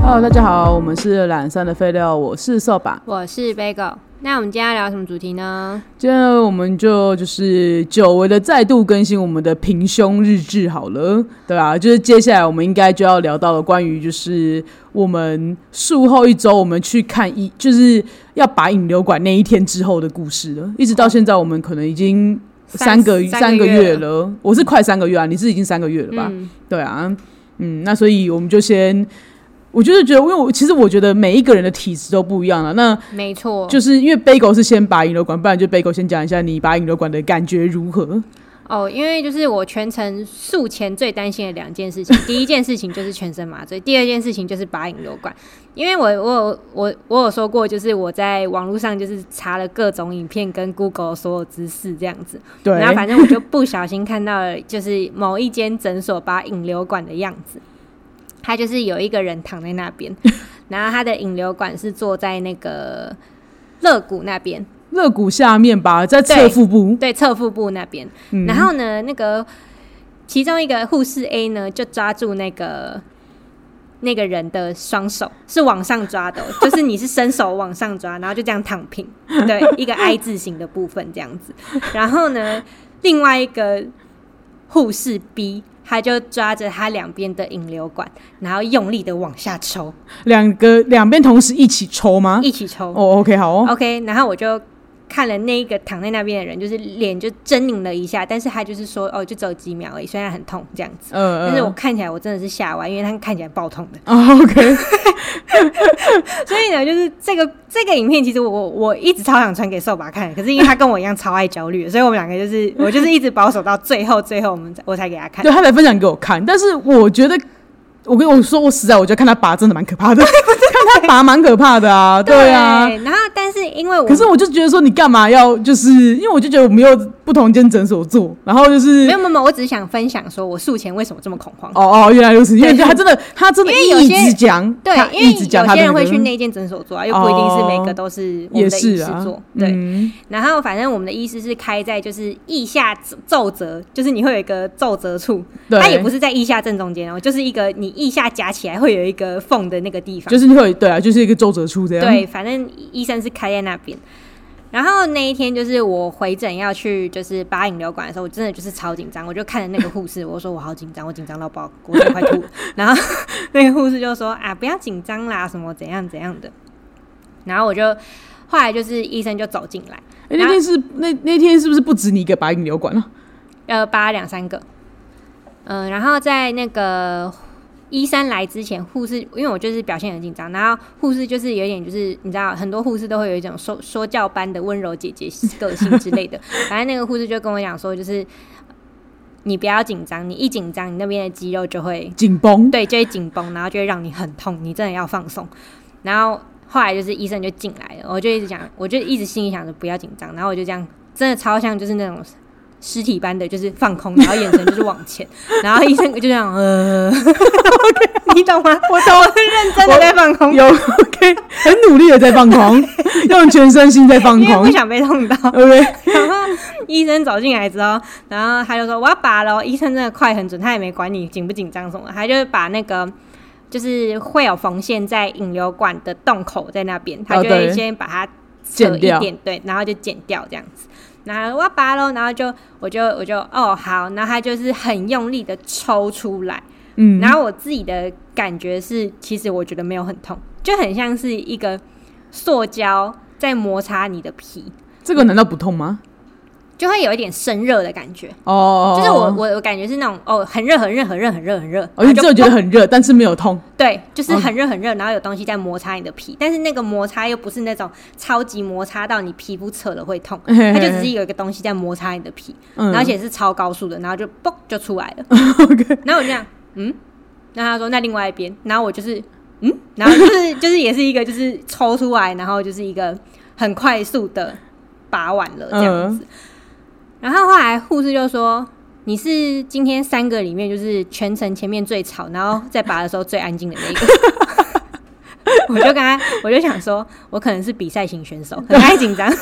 Hello， 大家好，我们是懒散的废料，我是扫把， 我是 Bagel。那我们今天要聊什么主题呢？ 今天我们就是久违的再度更新我们的平胸日志好了，对啊，就是接下来我们应该就要聊到了关于就是我们术后一周我们去看就是要拔引流管那一天之后的故事了，一直到现在我们可能已经三个月了，我是快3个月啊，你是已经3个月了吧？对啊，那所以我们就先。我就是觉得，因为其实我觉得每一个人的体质都不一样了。那没错， 就是因为 Bagel 是先拔引流管，不然就 Bagel 先讲一下你拔引流管的感觉如何？ 哦，因为就是我全程术前最担心的2件事情，第一件事情就是全身麻醉，第二件事情就是拔引流管。因为我有说过，就是我在网络上就是查了各种影片跟 Google 所有知识这样子， 对， 然后反正我就不小心看到了，就是某一间诊所拔引流管的样子。他就是有一个人躺在那边，然后他的引流管是坐在那个肋骨那边， 肋骨下面吧，在侧腹部， 对，侧腹部那边。然后呢，那个其中一个护士 A 呢，就抓住那个人的双手，是往上抓的，就是你是伸手往上抓，然后就这样躺平，对，一个 I 字形的部分这样子。然后呢，另外一个护士 B。他就抓着他两边的引流管，然后用力的往下抽， 两边同时一起抽吗？ 一起抽。 哦 ，OK， 好哦 ，OK。然后我就看了那个躺在那边的人，就是脸就狰狞了一下，但是他就是说，哦，就只有几秒而已，虽然很痛这样子。但是我看起来我真的是吓歪，因为他看起来爆痛的。 OK。 所以呢，就是这个影片，其实我一直超想传给瘦爸看，可是因为他跟我一样超爱焦虑，所以我们两个我就是一直保守到最后我才给他看。 对，他才分享给我看，但是我觉得。我跟我说，我实在我觉得看他拔真的蛮可怕的，看他拔蛮可怕的啊，对啊。 然后，但是因为可是我就觉得说，你干嘛要就是因为我就觉得我们有不同间诊所做，然后就是没有，我只是想分享说我术前为什么这么恐慌。 哦，原来如此，因为他真的一直讲， 对，因为有些人会去那间诊所做啊，又不一定是每个都是我们的医师做，对。然后反正我们的医师是开在就是腋下皱褶，就是你会有一个皱褶处，它也不是在腋下正中间哦，就是一个你腋下夹起来会有一个缝的那个地方， 就是你会对啊，就是一个皱褶处这样。 对，反正医生是开在那边。然后那一天就是我回诊要去就是拔引流管的时候，我真的就是超紧张，我就看着那个护士，我说我好紧张，我紧张到爆，我都快吐了。然后那个护士就说啊，不要紧张啦，什么怎样怎样的。然后后来就是医生就走进来， 那天是不是不止你一个拔引流管啊？ 拔2、3个。然后在那个医生来之前，护士因为我就是表现很紧张，然后护士就是有点就是你知道，很多护士都会有一种说教般的温柔姐姐个性之类的。反正那个护士就跟我讲说，就是你不要紧张，你一紧张，你那边的肌肉就会紧绷， 对，就会紧绷，然后就会让你很痛，你真的要放松。然后后来就是医生就进来了，我就一直心里想着不要紧张，然后我就这样，真的超像就是那种。尸体般的就是放空，然后眼神就是往前，然后医生就这样你懂吗？我懂，我是认真的在放空， 有 OK， 很努力的在放空，用全身心在放空， 因为不想被痛到。 OK， 然后医生走进来之后，然后他就说我要拔了，医生真的快很准，他也没管你紧不紧张什么，他就把那个就是会有缝线在引流管的洞口在那边，他就会先把它扯一点，对，然后就剪掉这样子。然后我要拔咯，然后我就哦好，然后他就是很用力的抽出来，然后我自己的感觉是，其实我觉得没有很痛，就很像是一个塑胶在摩擦你的皮。 这个难道不痛吗？ 就会有一点生热的感觉哦， 就是我感觉是那种很热， 你只有觉得很热，但是没有痛。 对，就是很热，然后有东西在摩擦你的皮，但是那个摩擦又不是那种超级摩擦到你皮肤扯了会痛，它就只是有一个东西在摩擦你的皮，而且是超高速的，然后就嘣就出来了。 Okay. 然后我就这样然后他说那另外一边，然后我就是然后就是也是一个就是抽出来，然后就是一个很快速的拔完了这样子。然后后来护士就说你是今天3个里面就是全程前面最吵，然后在拔的时候最安静的那一个。我就想说我可能是比赛型选手，很爱紧张，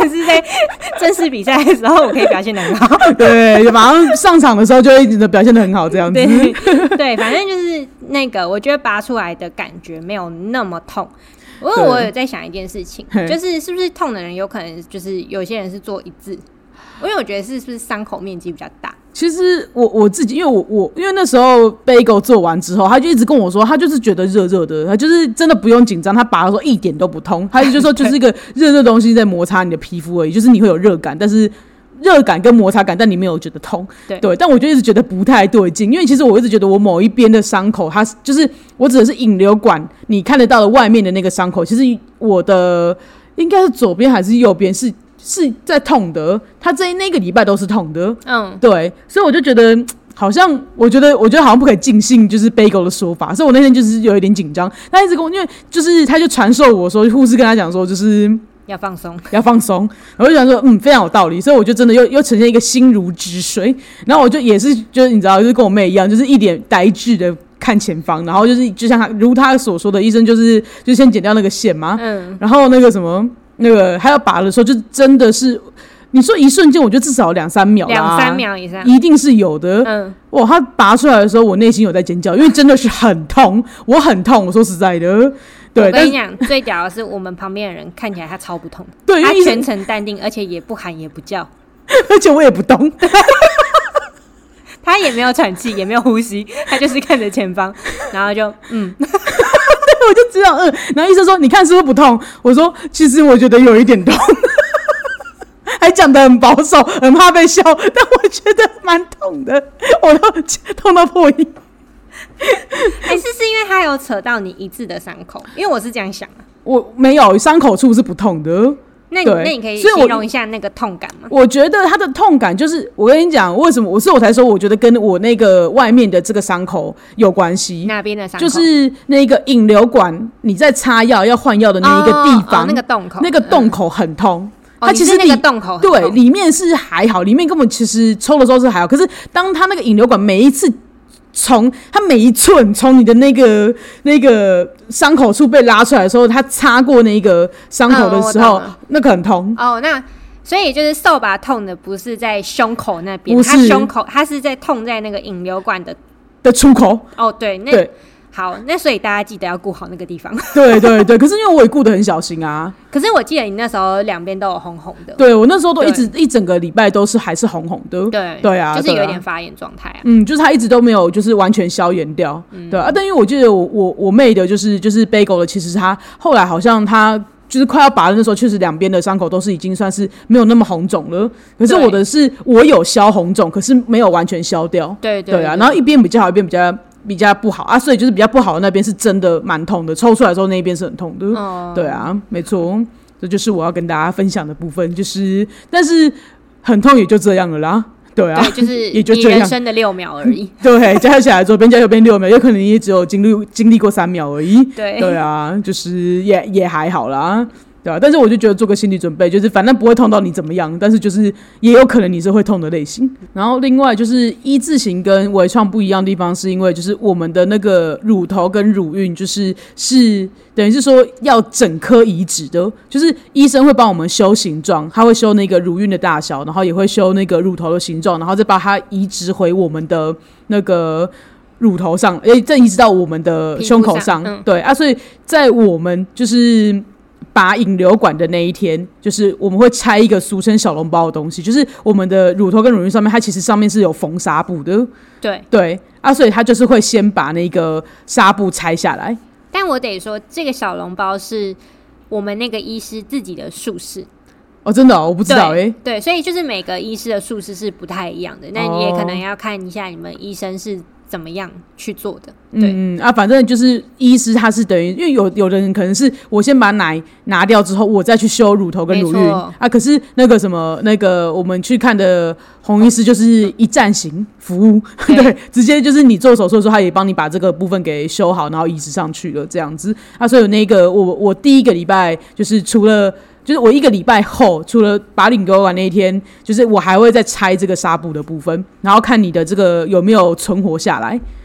但是在正式比赛的时候，我可以表现得很好。 对，马上上场的时候就会表现得很好，这样子。 对，反正就是那个，我觉得拔出来的感觉没有那么痛。我有在想一件事情，就是是不是痛的人有可能就是有些人是做一字，因为我觉得是不是伤口面积比较大。 其实我自己，因为那时候Bagel做完之后，他就一直跟我说，他就是觉得热热的，他就是真的不用紧张，他拔的时候一点都不痛，他就说就是一个热热东西在摩擦你的皮肤而已，就是你会有热感，但是热感跟摩擦感，但你没有觉得痛。对，但我就一直觉得不太对劲，因为其实我一直觉得我某一边的伤口，它就是我指的是引流管，你看得到的外面的那个伤口，其实我的应该是左边还是右边是在痛的，他那个礼拜都是痛的。对，所以我就觉得好像我觉得好像不可以尽信就是 Bagel 的说法，所以我那天就是有一点紧张。他一直跟我，因为就是他就传授我说，护士跟他讲说就是要放松， 我就想说非常有道理，所以我就真的又呈现一个心如止水，然后我就也是就是你知道，就是跟我妹一样，就是一脸呆滞的看前方，然后就像如他所说的，医生就先剪掉那个线嘛，然后那个什么那个还要拔的时候，就真的是你说一瞬间，我觉得至少2-3秒啦 ，2-3秒以上， 一定是有的。哇，他拔出来的时候，我内心有在尖叫，因为真的是很痛，我很痛。我说实在的，对。 我跟你讲，最屌的是我们旁边的人看起来他超不痛， 对， 他全程淡定，而且也不喊也不叫， 而且我也不动。 他也没有喘气，也没有呼吸，他就是看着前方，然后就对，我就知道然后医生说：“你看是不是不痛？”我说：“其实我觉得有一点痛。”还讲得很保守，很怕被笑，但我觉得蛮痛的，我都痛到破音。 还是因为他有扯到你一致的伤口？因为我是这样想的， 我没有伤口处是不痛的。 那你可以形容一下那个痛感吗？ 我觉得它的痛感就是，我跟你讲，为什么我才说，我觉得跟我那个外面的这个伤口有关系。 哪边的伤口？ 就是那个引流管，你在擦药要换药的那一个地方， 那个洞口， 那个洞口很痛。 它其实那个洞口很痛， 对，里面是还好，里面根本其实抽的时候是还好，可是当它那个引流管每一次它每一寸从你的那个伤口处被拉出来的时候，它擦过那个伤口的时候，那个很痛。 那所以就是受拔痛的不是在胸口那边，它是在痛在那个引流管的出口。 对，好，那所以大家记得要顾好那个地方。 对，可是因为我也顾得很小心啊。 可是我记得你那时候两边都有红红的。 对，我那时候都一整个礼拜都是还是红红的。对啊， 就是有一点发炎状态啊。 就是它一直都没有就是完全消炎掉。对啊，但因为我记得我妹的就是 Bagel 的，其实她后来好像她就是快要拔的那时候，确实两边的伤口都是已经算是没有那么红肿了。可是我的是我有消红肿，可是没有完全消掉。对啊，然后一边比较好，一边比较不好啊，所以就是比较不好的那边是真的蛮痛的，抽出来之后那一边是很痛的。对啊，没错，这就是我要跟大家分享的部分，就是但是很痛也就这样了啦。对啊， 就是也就这样， 你人生的6秒而已。 对，加起来左边加右边6秒，有可能也只有经历过3秒而已。 对啊，就是也还好啦。对啊，但是我就觉得做个心理准备，就是反正不会痛到你怎么样，但是就是也有可能你是会痛的类型。然后另外就是一字型跟微创不一样的地方，是因为就是我们的那个乳头跟乳晕是等于是说要整颗移植的，就是医生会帮我们修形状，他会修那个乳晕的大小，然后也会修那个乳头的形状，然后再把它移植回我们的那个乳头上，再移植到我们的胸口上。对啊，所以在我们就是拔引流管的那一天，就是我们会拆一个俗称小笼包的东西，就是我们的乳头跟乳晕上面，它其实上面是有缝纱布的。对啊，所以它就是会先把那个纱布拆下来。 但我得说，这个小笼包是我们那个医师自己的术式。 真的我不知道对，所以就是每个医师的术式是不太一样的，那你也可能要看一下你们医生是怎么样去做的。对反正就是医师他是等于，因为有的人可能是我先把奶拿掉之后，我再去修乳头跟乳晕啊。可是那个什么那个我们去看的洪医师就是一站型服务，对，直接就是你做手术的时候，他也帮你把这个部分给修好，然后移植上去了这样子啊。所以那个我第一个礼拜就是除了。就是我1个礼拜后，除了拔引流管那一天，就是我还会再拆这个纱布的部分，然后看你的这个有没有存活下来。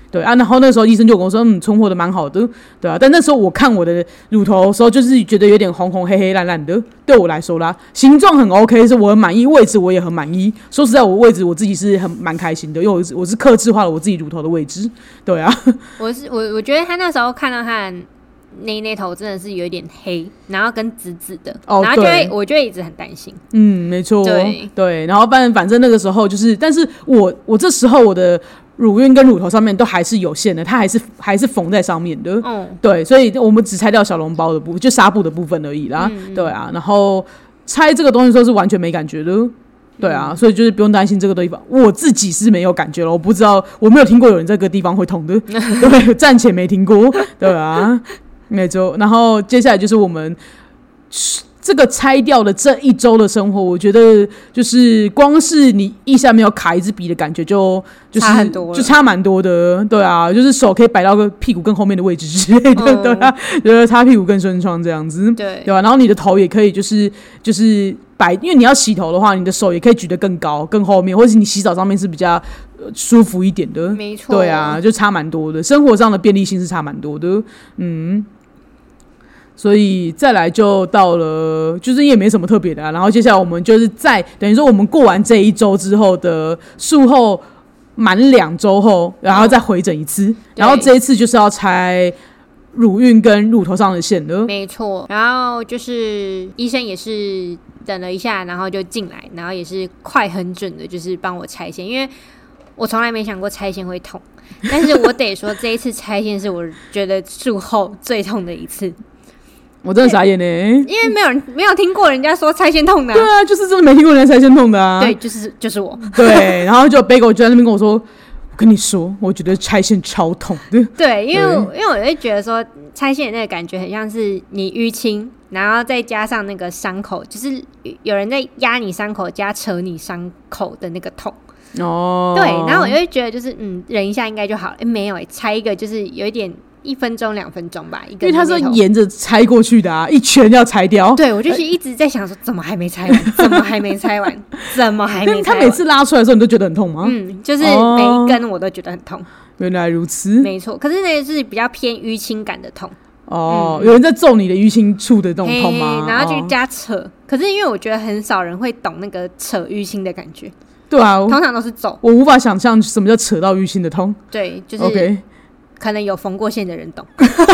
对啊，然后那时候医生就跟我说，存活的蛮好的，对啊，但那时候我看我的乳头的时候，就是觉得有点红红黑黑烂烂的，对我来说啦，形状很 OK， 是我很满意，位置我也很满意。说实在，我位置我自己是蛮开心的，因为我是客制化了我自己乳头的位置，对啊。 我觉得他那时候看到他的那头真的是有点黑，然后跟紫紫的，然后我就一直很担心。 没错，对，然后反正那个时候就是，但是我这时候我的乳晕跟乳头上面都还是有线的，它还是缝在上面的，对，所以我们只拆掉小笼包的部分，就纱布的部分而已啦，对啊，然后拆这个东西的时候是完全没感觉的。对啊，所以就是不用担心这个地方，我自己是没有感觉了，我不知道，我没有听过有人这个地方会痛的，对，暂且没听过，对啊，没错。然后接下来就是我们这个拆掉的这一周的生活，我觉得就是光是你腋下没有卡一支笔的感觉就是差很多了， 就差蛮多的，对啊，就是手可以摆到个屁股更后面的位置之类的，对啊，就是擦屁股更顺畅这样子，对吧？然后你的头也可以就是摆，因为你要洗头的话，你的手也可以举得更高、更后面，或者是你洗澡上面是比较舒服一点的， 没错， 对啊，就差蛮多的，生活上的便利性是差蛮多的，所以再来就到了，就是也没什么特别的然后接下来我们就是等于说我们过完这一周之后的术后满2周后，然后再回诊一次，然后这一次就是要拆乳晕跟乳头上的线了， 没错。然后就是医生也是等了一下，然后就进来，然后也是快很准的，就是帮我拆线，因为我从来没想过拆线会痛，但是我得说这一次拆线是我觉得术后最痛的一次。 我真的傻眼呢， 因为没有听过人家说拆线痛的， 对啊，就是真的没听过人家拆线痛的啊， 对，就是我， 对，然后就Bagel就在那边跟我说，我跟你说，我觉得拆线超痛的， 对，因为我会觉得说拆线的那个感觉很像是你淤青，然后再加上那个伤口，就是有人在压你伤口加扯你伤口的那个痛。对，然后我就会觉得就是忍一下应该就好了，没有拆一个就是有一点1分钟2分钟吧，因为它是沿着拆过去的啊，一圈要拆掉。 对，我就是一直在想说怎么还没拆完，怎么还没拆完，怎么还没拆完。 他每次拉出来的时候你都觉得很痛吗？ 就是每一根我都觉得很痛。 原来如此， 没错。可是那个是比较偏淤青感的痛。 有人在揍你的淤青处的那种痛吗？ 然后就加扯。可是因为我觉得很少人会懂那个扯淤青的感觉。 对啊， 通常都是揍。 我无法想象什么叫扯到淤青的痛。 对，就是 OK， 可能有缝过线的人懂。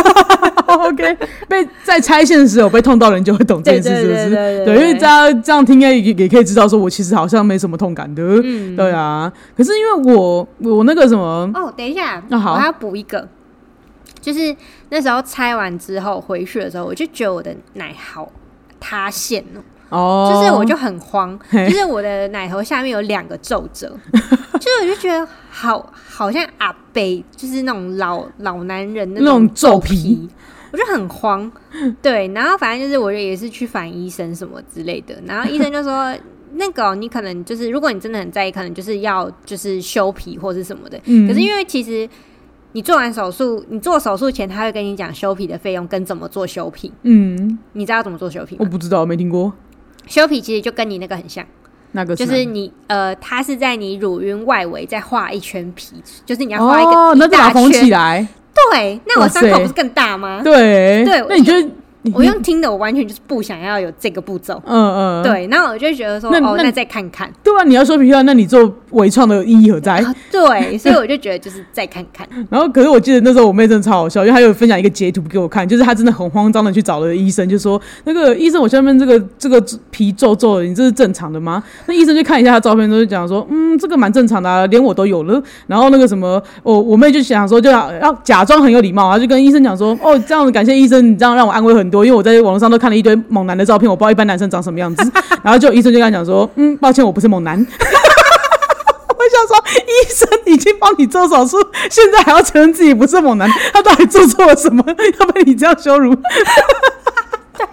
OK， 在拆线的时候被痛到人就会懂这件事，是不是？对，因为大家这样听应该也可以知道，说我其实好像没什么痛感的。对啊。可是因为我那个什么等一下， 好， 我还要补一个，就是那时候拆完之后回去的时候，我就觉得我的奶好塌陷就是我就很慌，就是我的奶头下面有2个皱褶，就是我就觉得好像阿伯，就是那种老男人的那种皱皮，我就很慌。对，然后反正就是我也是去反医生什么之类的，然后医生就说那个你可能就是如果你真的很在意，可能就是要就是修皮或是什么的。可是因为其实你做完手术，你做手术前他会跟你讲修皮的费用跟怎么做修皮。你知道怎么做修皮吗？ 我不知道，没听过。 修皮其实就跟你那个很像， 那个就是你它是在你乳晕外围再画一圈皮，就是你要画一个那就把它缝起来。 对，那我伤口不是更大吗？ 对，那你就我用听的，我完全就是不想要有这个步骤。对，那我就觉得说，那再看看。 对啊，你要修皮的话，那你做微创的意义何在？ 对，所以我就觉得就是再看看。 然后，可是我记得那时候我妹真的超好笑，因为她有分享一个截图给我看，就是她真的很慌张的去找了医生，就说那个医生，我下面这个皮皱皱的，你这是正常的吗？那医生就看一下她照片，就讲说，这个蛮正常的啊，连我都有了。然后那个什么，我妹就想说，就要假装很有礼貌，她就跟医生讲说，这样子感谢医生，你这样让我安慰很多。因为我在网络上都看了一堆猛男的照片，我不知道一般男生长什么样子。然后就医生就跟他讲说，抱歉，我不是猛男。我想说，医生已经帮你做手术，现在还要承认自己不是猛男，他到底做错了什么，要被你这样羞辱？对。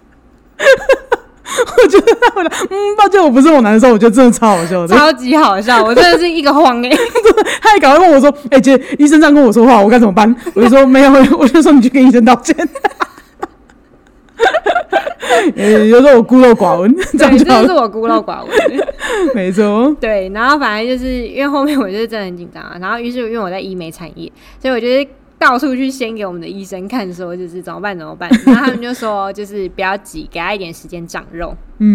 我觉得他回来，抱歉，我不是猛男的时候，我觉得真的超好笑的， 超级好笑，我真的是一个慌他还赶快问我说：“姐，医生这样跟我说话，我该怎么办？”我就说：“没有，我就说你去跟医生道歉。” 有时候我孤陋寡闻，这样对， 就好了。 这是我孤陋寡闻。 没错， 对，然后反正就是因为后面我就是真的很紧张啊，然后于是因为我在医美产业，所以我就是到处去先给我们的医生看，说就是怎么办，然后他们就说就是不要急，给他一点时间长肉。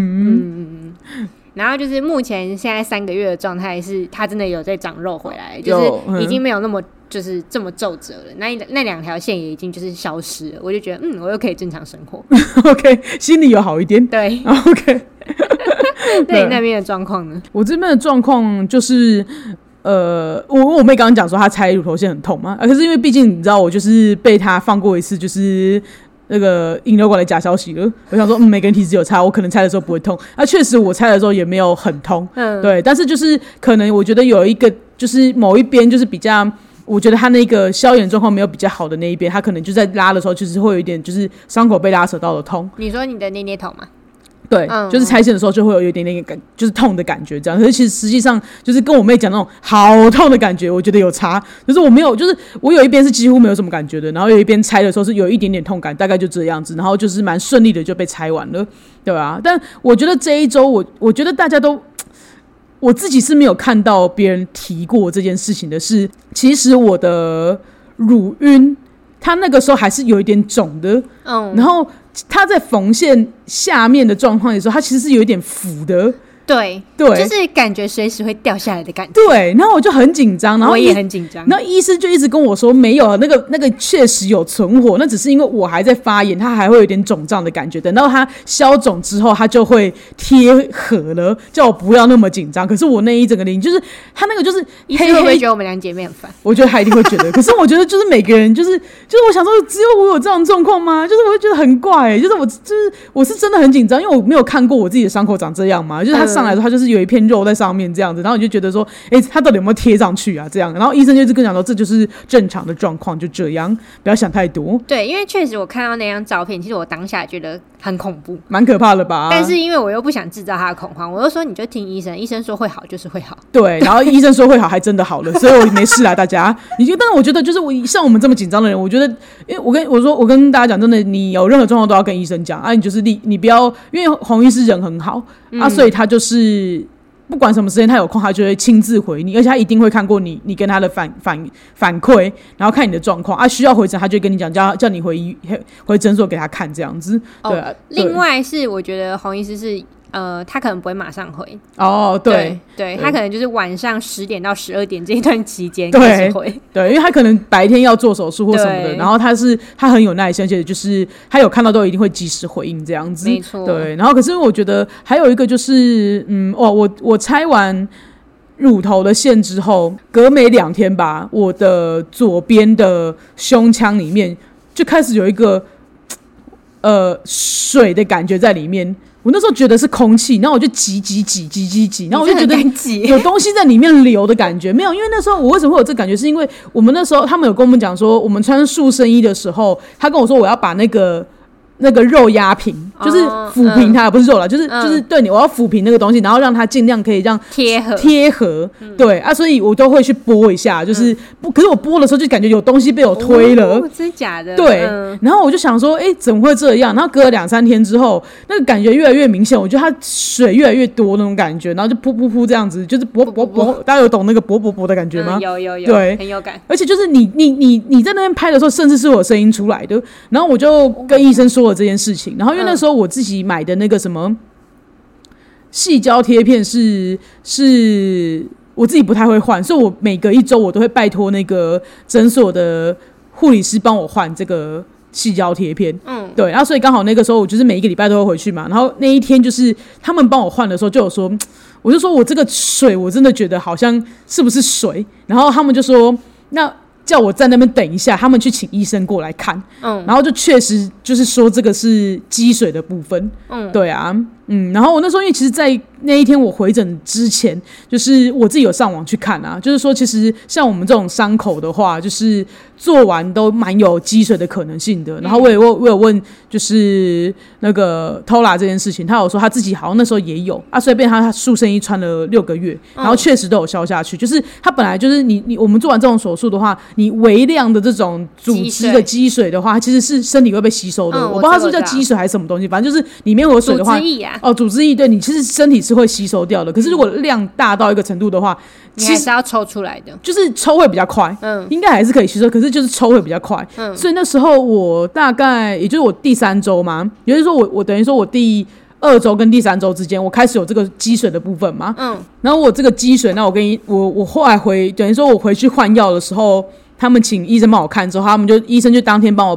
然后就是目前现在3个月的状态是，他真的有在长肉回来，就是已经没有那么就是这么皱褶了。那2条线也已经就是消失了，我就觉得我又可以正常生活。 OK， 心里有好一点。 对 ，OK。 那你那边的状况呢？ 我这边的状况就是。我妹刚刚讲说她拆乳头线很痛嘛，可是因为毕竟你知道我就是被她放过一次，就是那个引流管的假消息了。我想说，每个人体质有差，我可能拆的时候不会痛。确实我拆的时候也没有很痛，对。但是就是可能我觉得有一个就是某一边就是比较，我觉得他那个消炎状况没有比较好的那一边，他可能就在拉的时候就是会有一点就是伤口被拉扯到的痛。 你说你的捏头吗？ 对，就是拆线的时候就会有一点点感，就是痛的感觉这样。可是其实实际上就是跟我妹讲那种好痛的感觉，我觉得有差。就是我没有，就是我有一边是几乎没有什么感觉的，然后有一边拆的时候是有一点点痛感，大概就这样子。然后就是蛮顺利的就被拆完了，对吧？但我觉得这一周我觉得大家都，我自己是没有看到别人提过这件事情的是，其实我的乳晕它那个时候还是有一点肿的，然后它在缝线下面的状况的时候，它其实是有一点浮的。 对，就是感觉随时会掉下来的感觉。 对，然后我就很紧张，然后我也很紧张。 然后医师就一直跟我说，没有那个确实有存活，那只是因为我还在发炎，它还会有点肿胀的感觉。等到它消肿之后，它就会贴合了，叫我不要那么紧张。可是我那一整个脸，就是它那个就是医师会不会觉得我们两姐妹很烦？ 我觉得他一定会觉得。可是我觉得就是每个人就是我想说，只有我有这样的状况吗？就是我会觉得很怪，就是我是真的很紧张，因为我没有看过我自己的伤口长这样嘛，就是它上来的时候，它就是有一片肉在上面这样子，然后你就觉得说，它到底有没有贴上去啊？这样，然后医生就是跟我讲说，这就是正常的状况，就这样，不要想太多。 对，因为确实我看到那张照片，其实我当下觉得很恐怖， 蛮可怕的吧？但是因为我又不想制造他的恐慌，我就说你就听医生，医生说会好就是会好。 对，然后医生说会好，还真的好了，所以我没事啦，大家。但是我觉得就是像我们这么紧张的人，我觉得，因为我跟大家讲，真的，你有任何状况都要跟医生讲啊，你就是你不要，因为洪医师人很好啊，所以他就是。不管什么时间他有空，他就会亲自回你，而且他一定会看过你跟他的反馈，然后看你的状况啊，需要回诊他就跟你讲，叫你回诊所给他看这样子。对啊， 另外是我觉得洪医师是他可能不会马上回哦，对， 他可能就是晚上10点到12点这一段期间开始回， 对，因为他可能白天要做手术或什么的，然后他很有耐心，而且就是他有看到都一定会及时回应这样子， 没错， 对。然后可是我觉得还有一个就是，我拆完乳头的线之后，隔没2天吧，我的左边的胸腔里面就开始有一个水的感觉在里面。我那时候觉得是空气，然后我就挤，然后我就觉得有东西在里面流的感觉。没有，因为那时候我为什么会有这个感觉，是因为我们那时候他们有跟我们讲说，我们穿塑身衣的时候，他跟我说我要把那个肉压平，就是抚平它，不是肉啦，就是对你，我要抚平那个东西，然后让它尽量可以让贴合，对啊，所以我都会去拨一下，就是可是我拨的时候就感觉有东西被我推了， 真的假的？ 对，然后我就想说，怎么会这样？然后隔了2-3天之后，那个感觉越来越明显，我觉得它水越来越多那种感觉，然后就噗这样子，就是啵，大家有懂那个啵的感觉吗？ 有， 对， 很有感。 而且就是你在那边拍的时候，甚至是有声音出来的，然后我就跟医生说这件事情，然后因为那时候我自己买的那个什么矽胶贴片是我自己不太会换，所以我每隔1周我都会拜托那个诊所的护理师帮我换这个矽胶贴片，对，然后所以刚好那个时候我就是每一个礼拜都会回去嘛，然后那一天就是他们帮我换的时候就有说，我就说我这个水我真的觉得好像是不是水，然后他们就说那叫我在那边等一下，他们去请医生过来看，然后就确实就是说这个是积水的部分，对啊， 然后我那时候因为其实在那一天我回诊之前，就是我自己有上网去看啊，就是说其实像我们这种伤口的话，就是做完都蛮有积水的可能性的。然后我有问就是那个 Tola 这件事情，他有说他自己好像那时候也有啊，所以被他塑身衣穿了6个月，然后确实都有消下去。就是他本来就是我们做完这种手术的话，你微量的这种组织的积水的话，其实是身体会被吸收的。我不知道它是不是叫积水还是什么东西，反正就是里面有水的话， 组织液啊， 组织液，对，你其实身体是会吸收掉的。可是如果量大到一个程度的话， 你还是要抽出来的， 就是抽会比较快，应该还是可以吸收，可是就是抽会比较快，所以那时候我大概也就是我第3周嘛，也就是说我等于说我第2周跟第3周之间，我开始有这个积水的部分嘛，然后我这个积水，那我后来等于说我回去换药的时候，他们请医生帮我看之后，医生就当天帮我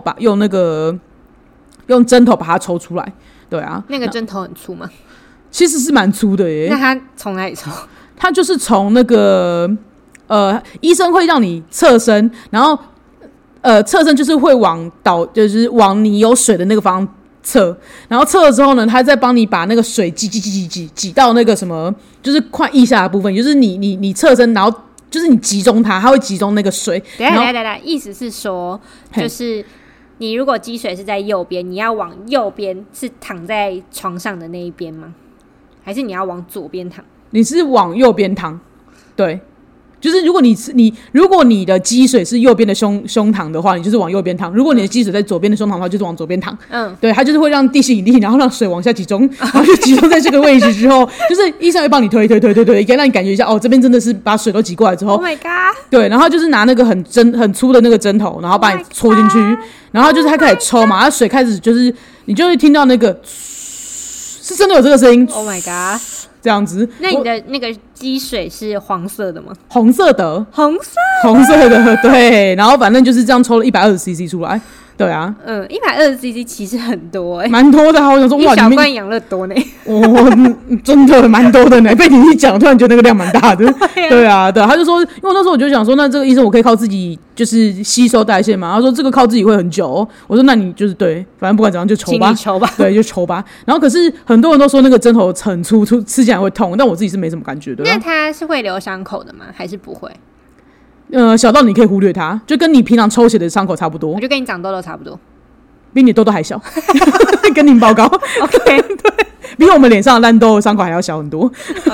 用针头把它抽出来，对啊， 那个针头很粗吗？ 其实是蛮粗的耶。 那他从哪里抽？ 他就是从那个医生会让你侧身，然后侧身就是会就是往你有水的那个方向侧，然后侧了之后呢，他再帮你把那个水挤到那个什么，就是快腋下的部分，就是你侧身，然后就是你集中它会集中那个水。 等一下，意思是说，就是你如果积水是在右边，你要往右边是躺在床上的那一边吗？还是你要往左边躺？ 你是往右边躺，对，就是如果你的积水是右边的胸膛的话，你就是往右边躺；如果你的积水在左边的胸膛的话，就是往左边躺。对，它就是会让地心引力，然后让水往下集中，然后就集中在这个位置之后，就是医生会帮你推，可以让你感觉一下，这边真的是把水都挤过来之后 ，Oh my god！ 对，然后就是拿那个很粗的那个针头，然后把你戳进去，然后就是它开始抽嘛，它水开始就是你就会听到那个。是真的有这个声音 ，Oh my god！ 这样子。 那你的那个积水是黄色的吗？ 红色的， 红色的，对。然后反正就是这样抽了120cc 出来，对啊 ，120cc 其实很多蛮多的。我想说，哇， 一小罐养乐多呢， 真的蛮多的呢。被你一讲，突然觉得那个量蛮大的。对啊，他就说，因为那时候我就想说，那这个医生我可以靠自己就是吸收代谢嘛。他说这个靠自己会很久我说那你就是对，反正不管怎样就抽吧，对，就抽吧。然后可是很多人都说那个针头很粗，吃起来会痛，但我自己是没什么感觉的。 那它是会留伤口的吗？还是不会？ 小到你可以忽略它，就跟你平常抽血的伤口差不多。 我就跟你长痘痘差不多， 比你痘痘还小。跟你报告 ，OK， 对，比我们脸上的烂痘伤口还要小很多。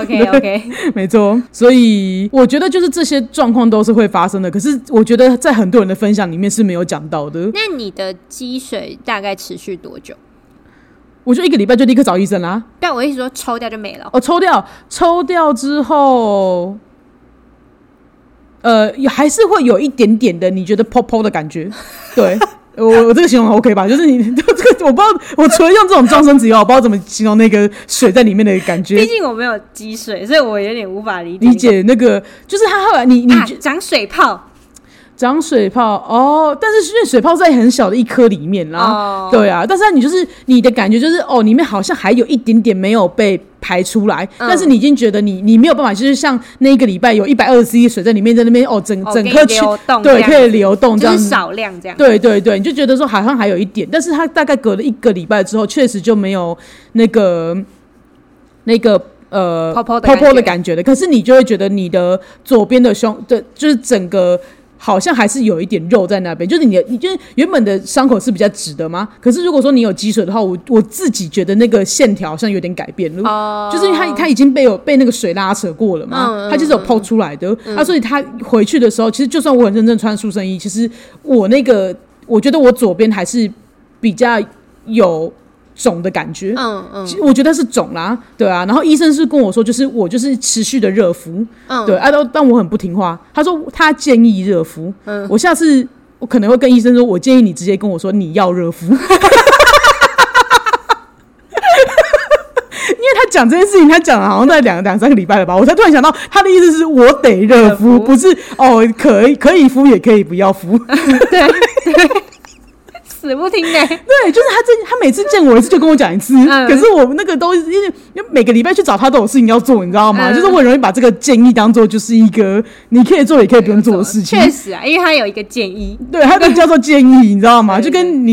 OK， 没错。所以我觉得就是这些状况都是会发生的，可是我觉得在很多人的分享里面是没有讲到的。 那你的积水大概持续多久？ 我就1个礼拜就立刻找医生啦。 但我意思说抽掉就没了。 抽掉之后。还是会有一点点的，你觉得泡泡的感觉，对我这个形容 OK 吧？就是你这个，我不知道，我除了用这种撞声词以外，我不知道怎么形容那个水在里面的感觉。 毕竟我没有积水，所以我有点无法理解那个，就是它后来你长水泡。 长水泡但是因为水泡在很小的一颗里面啦，对啊，但是你就是你的感觉就是里面好像还有一点点没有被排出来，但是你已经觉得你没有办法，就是像那一个礼拜有120cc 水在里面，在那边整颗对可以流动这样子， 就是少量这样， 对，你就觉得说好像还有一点，但是它大概隔了1个礼拜之后，确实就没有那个泡泡的感觉的，可是你就会觉得你的左边的胸的，就是整个。好像还是有一点肉在那边，就是你就是原本的伤口是比较直的嘛，可是如果说你有积水的话，我自己觉得那个线条好像有点改变了，就是因为它已经被那个水拉扯过了嘛，它就是有泡出来的，所以它回去的时候，其实就算我很认真穿塑身衣，其实我觉得我左边还是比较有。肿的感觉，我觉得是肿啦，对啊。然后医生是跟我说，就是我就是持续的热敷，对啊，但我很不听话。他说他建议热敷，我下次我可能会跟医生说，我建议你直接跟我说你要热敷，因为他讲这件事情，他讲了好像在两三个礼拜了吧，我才突然想到他的意思是我得热敷，不是可以敷也可以不要敷， 对。死不听的， 对，就是他每次见我一次就跟我讲一次，可是我那个都因为每个礼拜去找他都有事情要做，你知道吗？就是我很容易把这个建议当做就是一个你可以做也可以不用做的事情。 确实啊，因为他有一个建议， 对，他就叫做建议，你知道吗？就跟你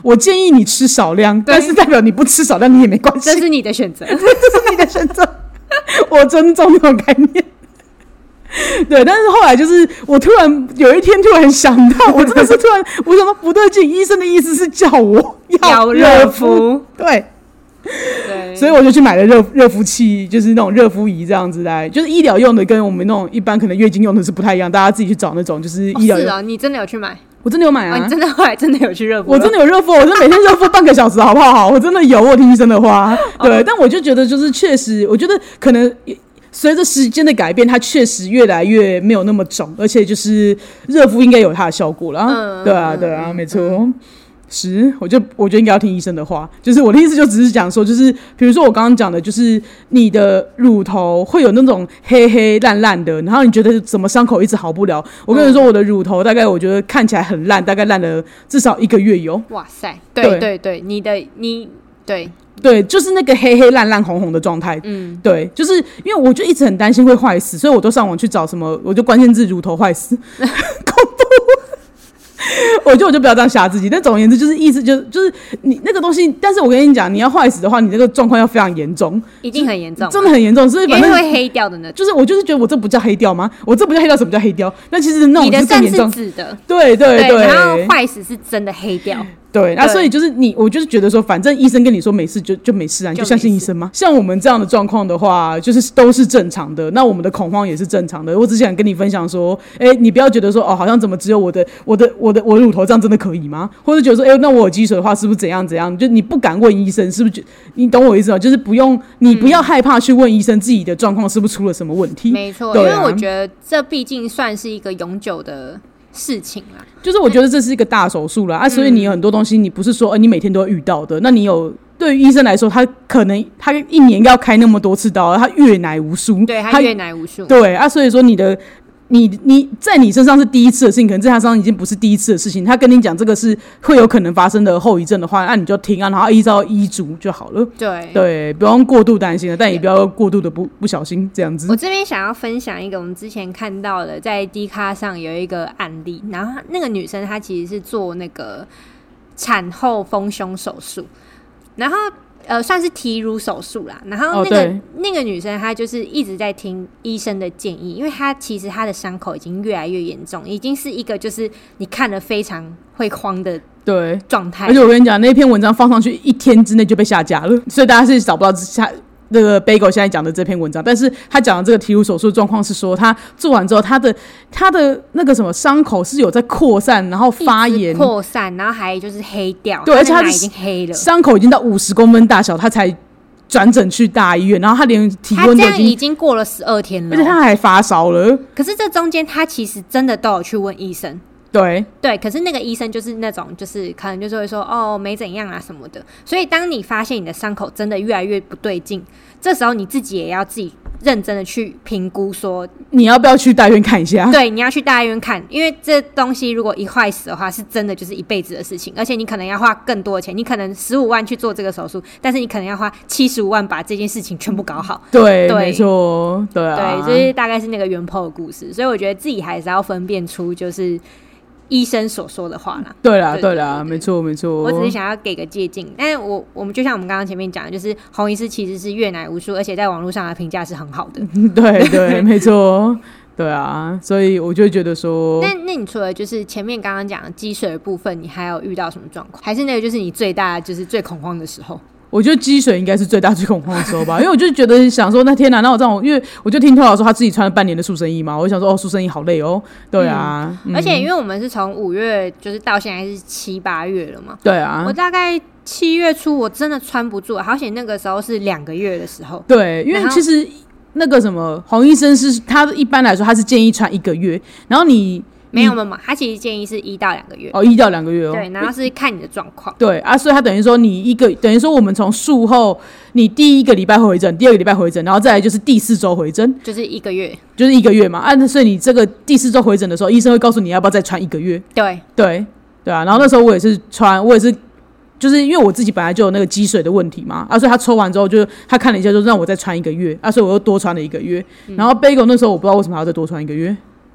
我建议你吃少量，但是代表你不吃少量你也没关系， 这是你的选择， 这是你的选择，我尊重这种概念。对，但是后来就是我突然有一天突然想到，我真的是突然我想到不对劲，医生的意思是叫我要热敷，对。 对， 所以我就去买了热敷器，就是那种热敷仪这样子来，就是医疗用的，跟我们那种一般可能月经用的是不太一样，大家自己去找那种就是医疗用。 是啊，你真的有去买？ 我真的有买啊！ 你真的后来真的有去热敷？ 我真的有热敷，我真的每天热敷半个小时，好不好？我真的有，我有听医生的话。对，但我就觉得就是确实，我觉得可能随着时间的改变，它确实越来越没有那么肿，而且就是热敷应该有它的效果了。对啊，对啊，没错。我觉得应该要听医生的话，就是我的意思就只是讲说，就是比如说我刚刚讲的，就是你的乳头会有那种黑黑烂烂的，然后你觉得怎么伤口一直好不了。我跟你说，我的乳头大概我觉得看起来很烂，大概烂了至少1个月有。 哇塞，对对对，你对对，就是那个黑黑烂烂红红的状态。对，就是因为我就一直很担心会坏死，所以我都上网去找什么，我就关键字乳头坏死，恐怖。我就不要这样吓自己，但总而言之就是意思就是你那个东西，但是我跟你讲，你要坏死的话，你那个状况要非常严重， 一定很严重， 真的很严重，所以反正因为会黑掉的呢。 就是我就是觉得我这不叫黑掉吗？我这不叫黑掉，什么叫黑掉？那其实那种是更严重， 你的肾是紫的， 对， 然后坏死是真的黑掉。 对，那所以就是我就是觉得说，反正医生跟你说没事就没事啊，你就相信医生吗？像我们这样的状况的话，就是都是正常的，那我们的恐慌也是正常的。我只想跟你分享说，你不要觉得说哦，好像怎么只有我的乳头这样真的可以吗？或者觉得说，那我有积水的话是不是怎样怎样？就你不敢问医生，是不是？你懂我意思吗？就是你不要害怕去问医生自己的状况是不是出了什么问题。 没错，因为我觉得这毕竟算是一个永久的事情啦， 就是我觉得这是一个大手术啦，所以你有很多东西你不是说你每天都会遇到的，那你有对于医生来说，他可能他一年要开那么多次刀，他阅奶无数， 对，他阅奶无数， 对啊，所以说你在你身上是第一次的事情，可能在他身上已经不是第一次的事情。他跟你讲这个是会有可能发生的后遗症的话，那你就听啊，然后依照医嘱就好了。对，不用过度担心了，但也不要过度的不小心这样子。 我这边想要分享一个我们之前看到的，在 Dcard 上有一个案例，然后那个女生她其实是做那个产后丰胸手术，然后算是提乳手术啦，然后那个女生她就是一直在听医生的建议，因为她其实她的伤口已经越来越严重，已经是一个就是你看了非常会慌的状态。 而且我跟你讲，那篇文章放上去1天之内就被下架了，所以大家是找不到这个 Bagel 现在讲的这篇文章，但是他讲的这个提乳手术状况是说，他做完之后，他的那个什么伤口是有在扩散，然后发炎扩散，然后还就是黑掉， 对，而且他已经黑了， 伤口已经到50公分大小，他才转诊去大医院，然后他连体温都已经过了12天了， 而且他还发烧了。 可是这中间他其实真的都有去问医生。对，可是那个医生就是那种，就是可能就是会说哦没怎样啊什么的，所以当你发现你的伤口真的越来越不对劲，这时候你自己也要自己认真的去评估说你要不要去大医院看一下。 对，你要去大医院看，因为这东西如果一坏死的话，是真的就是一辈子的事情，而且你可能要花更多的钱，你可能15万去做这个手术，但是你可能要花75万把这件事情全部搞好。 对，没错，对啊， 对，就是大概是那个原 po 的故事，所以我觉得自己还是要分辨出就是医生所说的话啦。 对啦，没错。 我只是想要给个借鉴，但是我们就像我们刚刚前面讲的，就是洪医师其实是阅奶无数，而且在网络上的评价是很好的。 对，没错。对啊，所以我就觉得说， 那你除了就是前面刚刚讲的积水的部分，你还有遇到什么状况？还是那个就是你最大就是最恐慌的时候？ 我觉得积水应该是最大最恐慌的时候吧，因为我就觉得想说，那天哪，那我这样，因为我就听托老说他自己穿了半年的塑身衣嘛，我就想说塑身衣好累哦。对啊， 而且因为我们是从5月就是到现在是7、8月了嘛。 对啊， 我大概7月初我真的穿不住，好险那个时候是2个月的时候。 对，因为其实那个什么黄医生是他一般来说他是建议穿1个月，然后你。 没有，他其实建议是1到2个月。 1到2个月哦。 对，然后是看你的状况。 对啊，所以他等于说等于说我们从术后你第1个礼拜回诊，第2个礼拜回诊，然后再来就是第4周回诊， 就是1个月， 就是1个月嘛。所以你这个第4周回诊的时候，医生会告诉你要不要再穿1个月。对啊，然后那时候我也是就是因为我自己本来就有那个积水的问题嘛，所以他抽完之后就他看了一下，就让我再穿1个月，所以我又多穿了1个月。然后 Bagel 那时候我不知道为什么还要再多穿1个月。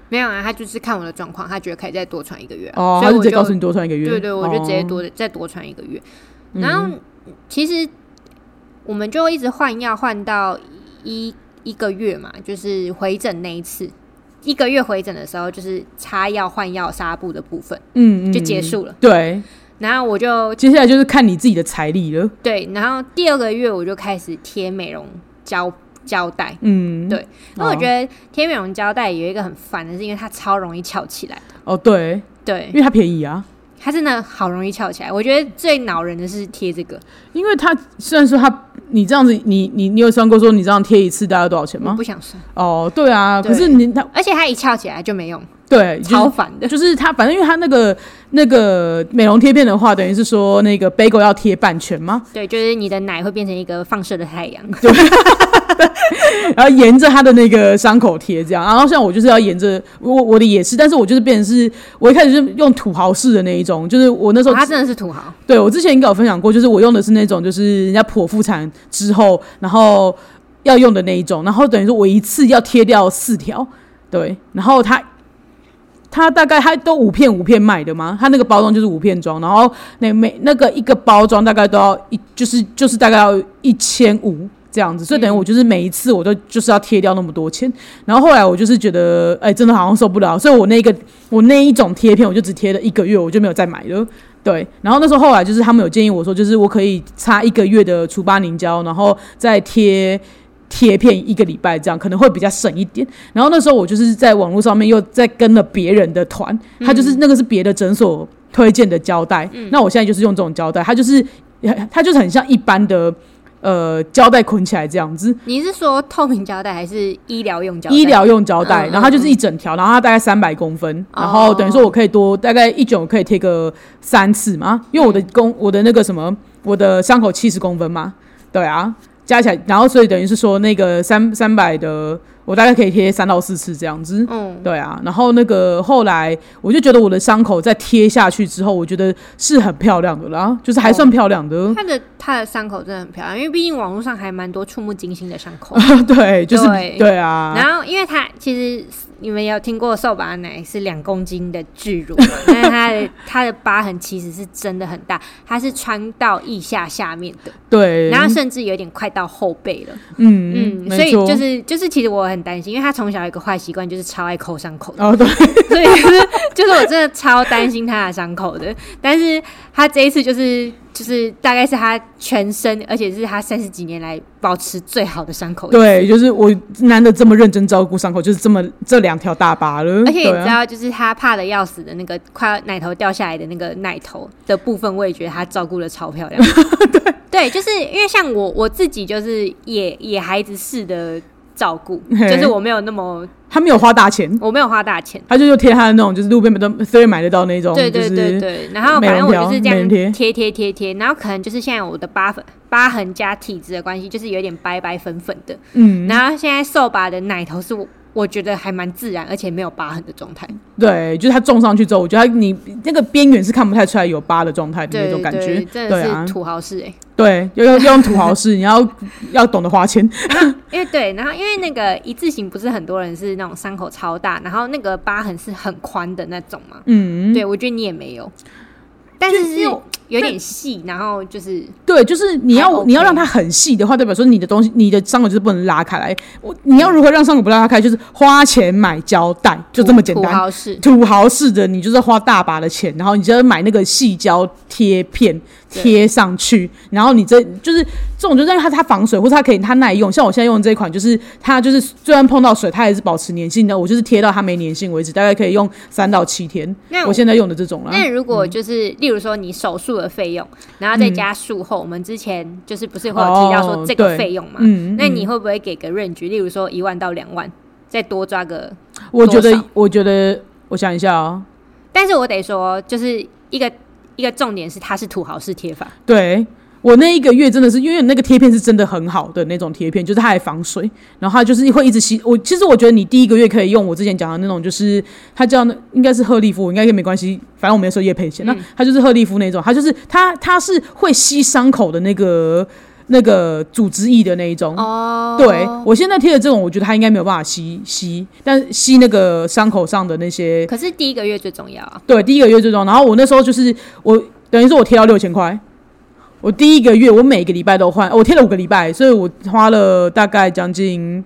没有啊，他就是看我的状况，他觉得可以再多穿1个月、 哦， 所以我他就直接告诉你多穿1个月。 对对，我就直接哦再多穿1个月。然后其实我们就一直换药，换到一个月嘛，就是回诊那一次。1个月回诊的时候，就是擦药、换药、纱布的部分，就结束了。 对， 然后我就接下来就是看你自己的财力了。 对，然后第2个月我就开始贴美容胶带。对。那我觉得贴美容胶带有一个很烦的是，因为它超容易翘起来的。 哦，对，因为它便宜啊。 它真的好容易翘起来，我觉得最恼人的是贴这个， 因为它虽然说你这样子，你有算过说你这样贴一次大概多少钱吗？ 我不想算。 哦，对啊， 对， 可是而且它一翘起来就没用， 对， 超烦的。 就是它，反正因为它那个美容贴片的话，等于是说那个杯狗要贴半圈吗？ 对，就是你的奶会变成一个放射的太阳。 对。然后沿着他的那个伤口贴这样，然后像我就是要沿着我的也是，但是我就是变成是我一开始就是用土豪式的那一种，就是我那时候他真的是土豪。 对，我之前应该有分享过，就是我用的是那种就是人家剖腹产之后然后要用的那一种，然后等于说我一次要贴掉4条，对，然后它大概它都5片卖的嘛，它那个包装就是5片装，然后那个一个包装大概都要就是大概要1500这样子，所以等于我就是每一次我都就是要贴掉那么多钱，然后后来我就是觉得真的好像受不了，所以我那一种贴片我就只贴了1个月，我就没有再买了。对，然后那时候后来就是他们有建议我说，就是我可以擦1个月的除疤凝胶，然后再贴片1个礼拜，这样可能会比较省一点。然后那时候我就是在网络上面又再跟了别人的团，他就是那个是别的诊所推荐的胶带，那我现在就是用这种胶带，它就是很像一般的胶带捆起来这样子。 你是说透明胶带还是医疗用胶带？ 医疗用胶带，然后它就是一整条，然后它大概300公分，然后等于说我可以大概一卷我可以贴个3次嘛，因为我的那个什么，我的伤口70公分嘛，对啊，加起来，然后所以等于是说那个300的。我大概可以贴3到4次这样子，对啊，然后那个后来我就觉得我的伤口在贴下去之后，我觉得是很漂亮的啦，就是还算漂亮的。 它的伤口真的很漂亮，因为毕竟网络上还蛮多触目惊心的伤口。 对，就是对啊。 然后因为它其实你们有听过瘦拔奶是2公斤的巨乳嘛，但是它的疤痕其实是真的很大，它是穿到腋下面的， 对， 然后甚至有点快到后背了。所以就是其实我很担心，因为他从小有一个坏习惯，就是超爱抠伤口的。 哦，对， 所以就是我真的超担心他的伤口的。但是他这一次就是大概是他全身，而且是他30几年来保持最好的伤口。 对，就是我难得这么认真照顾伤口，就是这2条大疤了。 而且你知道，就是他怕的要死的那个快要奶头掉下来的那个奶头的部分，我也觉得他照顾的超漂亮。对，就是因为像我自己就是野孩子式的照顾，就是我没有那么， 他没有花大钱， 我没有花大钱， 他就贴他的那种，就是路边都随便买得到那种， 对对对对。然后反正我就是这样贴，然后可能就是现在我的疤痕加体质的关系，就是有点白粉的，然后现在瘦拔的奶头是我觉得还蛮自然，而且没有疤痕的状态。 对，就是它种上去之后，我觉得你那个边缘是看不太出来有疤的状态的那种感觉。 对，真的是土豪式对，要用土豪式，你要懂得花钱。 因为然后因为那个一字型不是很多人是那种伤口超大，然后那个疤痕是很宽的那种嘛。对，我觉得你也没有。但是有点细，然后就是对，就是你要让它很细的话，代表说你的东西，你的伤口就是不能拉开来。你要如何让伤口不拉开？就是花钱买胶带，就这么简单。土豪式的，你就是花大把的钱，然后你就要买那个细胶贴片贴上去，然后你就是这种，就是它防水，或者它耐用。像我现在用的这一款，就是它就是虽然碰到水，它也是保持粘性的。我就是贴到它没粘性为止，大概可以用3到7天。我现在用的这种啦。 那如果就是例如说你手术的费用，然后再加术后，我们之前就是不是会有提到说这个费用嘛？那你会不会给个range？例如说1万到2万，再多抓个？我觉得，我想一下哦。 但是我得说，就是一个重点是它是土豪式贴法。 对。我那1个月真的是因为那个贴片是真的很好的那种贴片，就是它还防水，然后它就是会一直吸。其实我觉得你第1个月可以用我之前讲的那种，就是它叫应该是赫利夫，应该没关系，反正我没有收业配钱。那它就是赫利夫那种，它就是它是会吸伤口的那个那个组织液的那一种。对，我现在贴的这种，我觉得它应该没有办法吸，但吸那个伤口上的那些。 可是第一个月最重要啊。 对，第一个月最重要。然后我那时候就是我等于说我贴到6000块。我第一个月我每个礼拜都换，我贴了5个礼拜，所以我花了大概将近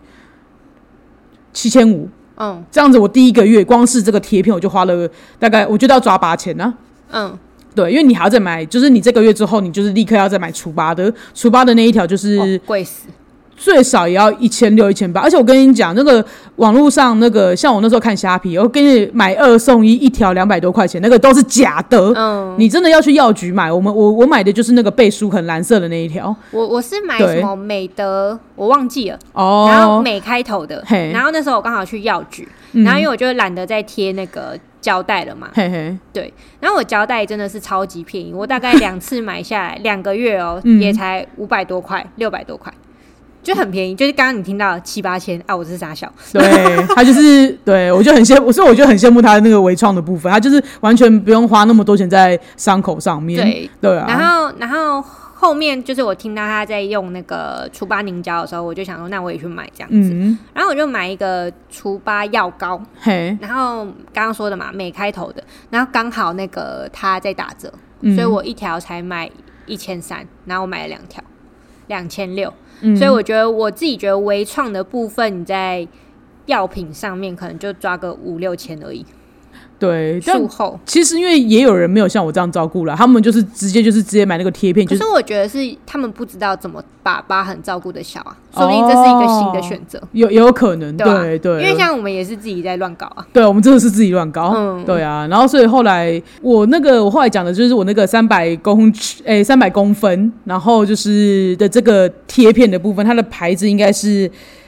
7500。这样子我第一个月光是这个贴片我就花了大概，我觉得要抓8000啊。对，因为你还要再买，就是你这个月之后，你就是立刻要再买除疤的那一条，就是贵死。 最少也要1600、1800，而且我跟你讲，那个网络上那个，像我那时候看虾皮，我跟你买2送1，一条200多块钱，那个都是假的。你真的要去药局买。我买的就是那个背书很蓝色的那一条。 我是买什么美德，我忘记了。然后美开头的，然后那时候我刚好去药局，然后因为我就懒得再贴那个胶带了嘛。对，然后我胶带真的是超级便宜，我大概2次买下来2个月也才500多块、600多块。就很便宜，就是刚刚你听到7、8千啊，我是傻小。 对，他就是对我就很羡慕，所以我就很羡慕他那个微创的部分，他就是完全不用花那么多钱在伤口上面。对啊。 然后后面就是我听到他在用那个除疤凝胶的时候，我就想说，那我也去买这样子。然后我就买一个除疤药膏，然后刚刚说的嘛，美开头的，然后刚好那个他在打折，所以我一条才买1300，然后我买了2条，2600。所以我自己觉得微创的部分，你在药品上面可能就抓个5、6千而已。 对， 术后其实因为也有人没有像我这样照顾啦，他们就是直接买那个贴片。 可是我觉得是他们不知道怎么把疤痕照顾得小啊，说不定这是一个新的选择。 有可能，对。 因为像我们也是自己在乱搞啊。 对，我们真的是自己乱搞。对啊。然后所以后来我后来讲的就是我那个300公分，然后就是的这个贴片的部分，它的牌子应该是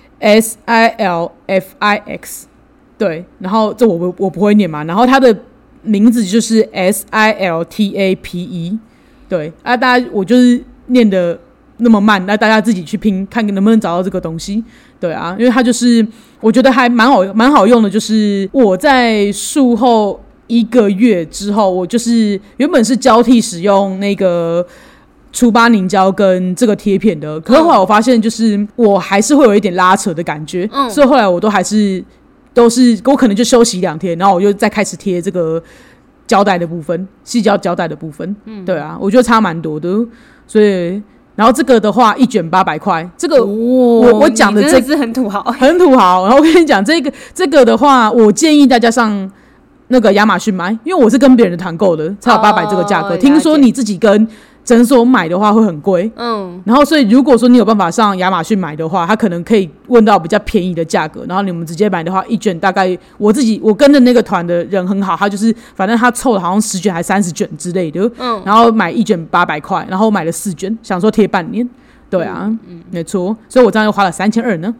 SILFIX。对，然后这我不会念嘛，然后它的名字就是 SILTAPE。对啊，大家我就是念的那么慢，那大家自己去拼看能不能找到这个东西。对啊，因为它就是我觉得还蛮好用的，就是我在术后1个月之后，我就是原本是交替使用那个除疤凝胶跟这个贴片的，可是后来我发现就是我还是会有一点拉扯的感觉，所以后来我都是我可能就休息2天，然后我就再开始贴这个胶带的部分，细胶带的部分。对啊，我觉得差蛮多的。所以然后这个的话1卷800块，这个我讲的这个是很土豪， 很土豪。然后我跟你讲这个的话，我建议大家上那个亚马逊买，因为我是跟别人的团购的，才有800这个价格。听说你自己跟诊所买的话会很贵，然后所以如果说你有办法上亚马逊买的话，他可能可以问到比较便宜的价格，然后你们直接买的话，1卷大概我跟的那个团的人很好，他就是反正他凑了好像10卷还30卷之类的，然后买1卷800块，然后我买了4卷，想说贴半年。对啊，没错，所以我这样又花了3200呢。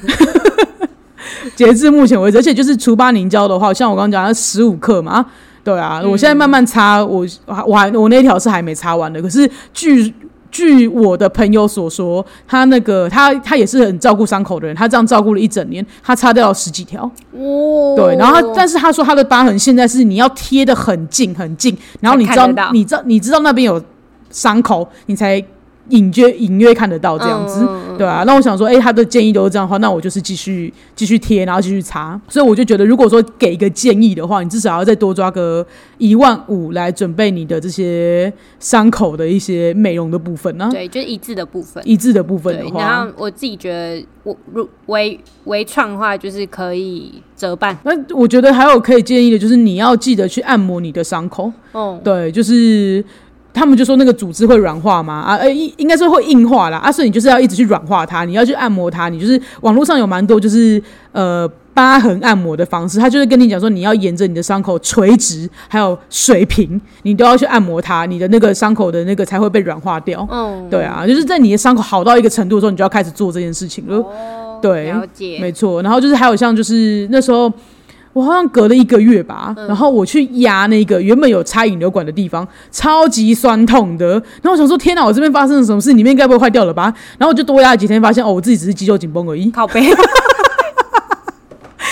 截至目前为止，而且就是除疤凝胶的话，像我刚刚讲，它15克嘛。对啊，我现在慢慢擦，我那条是还没擦完的。可是据我的朋友所说，他也是很照顾伤口的人，他这样照顾了1整年，他擦掉了10几条。对，然后但是他说他的疤痕现在是你要贴得很近很近，然后你知道那边有伤口，你才隐约看得到这样子。对啊，那我想说他的建议都是这样的话，那我就是继续贴，然后继续擦。所以我就觉得如果说给一个建议的话，你至少要再多抓个15000来准备你的这些伤口的一些美容的部分呢。 对，就是一致的部分的话， 然后我自己觉得微创的话就是可以折半。 那我觉得还有可以建议的就是你要记得去按摩你的伤口。对，就是他们就说那个组织会软化嘛，应该说会硬化啦，所以你就是要一直去软化它，你要去按摩它，你就是网络上有蛮多就是疤痕按摩的方式，他就是跟你讲说你要沿着你的伤口垂直还有水平，你都要去按摩它，你的那个伤口的那个才会被软化掉。对啊，就是在你的伤口好到一个程度的时候，你就要开始做这件事情了。对， 了解， 没错。然后就是还有像就是那时候我好像隔了1个月吧，然后我去压那个原本有插引流管的地方，超级酸痛的。然后我想说，天哪，我这边发生了什么事？里面该不会坏掉了吧？然后我就多压了几天，发现我自己只是肌肉紧绷而已。 靠背。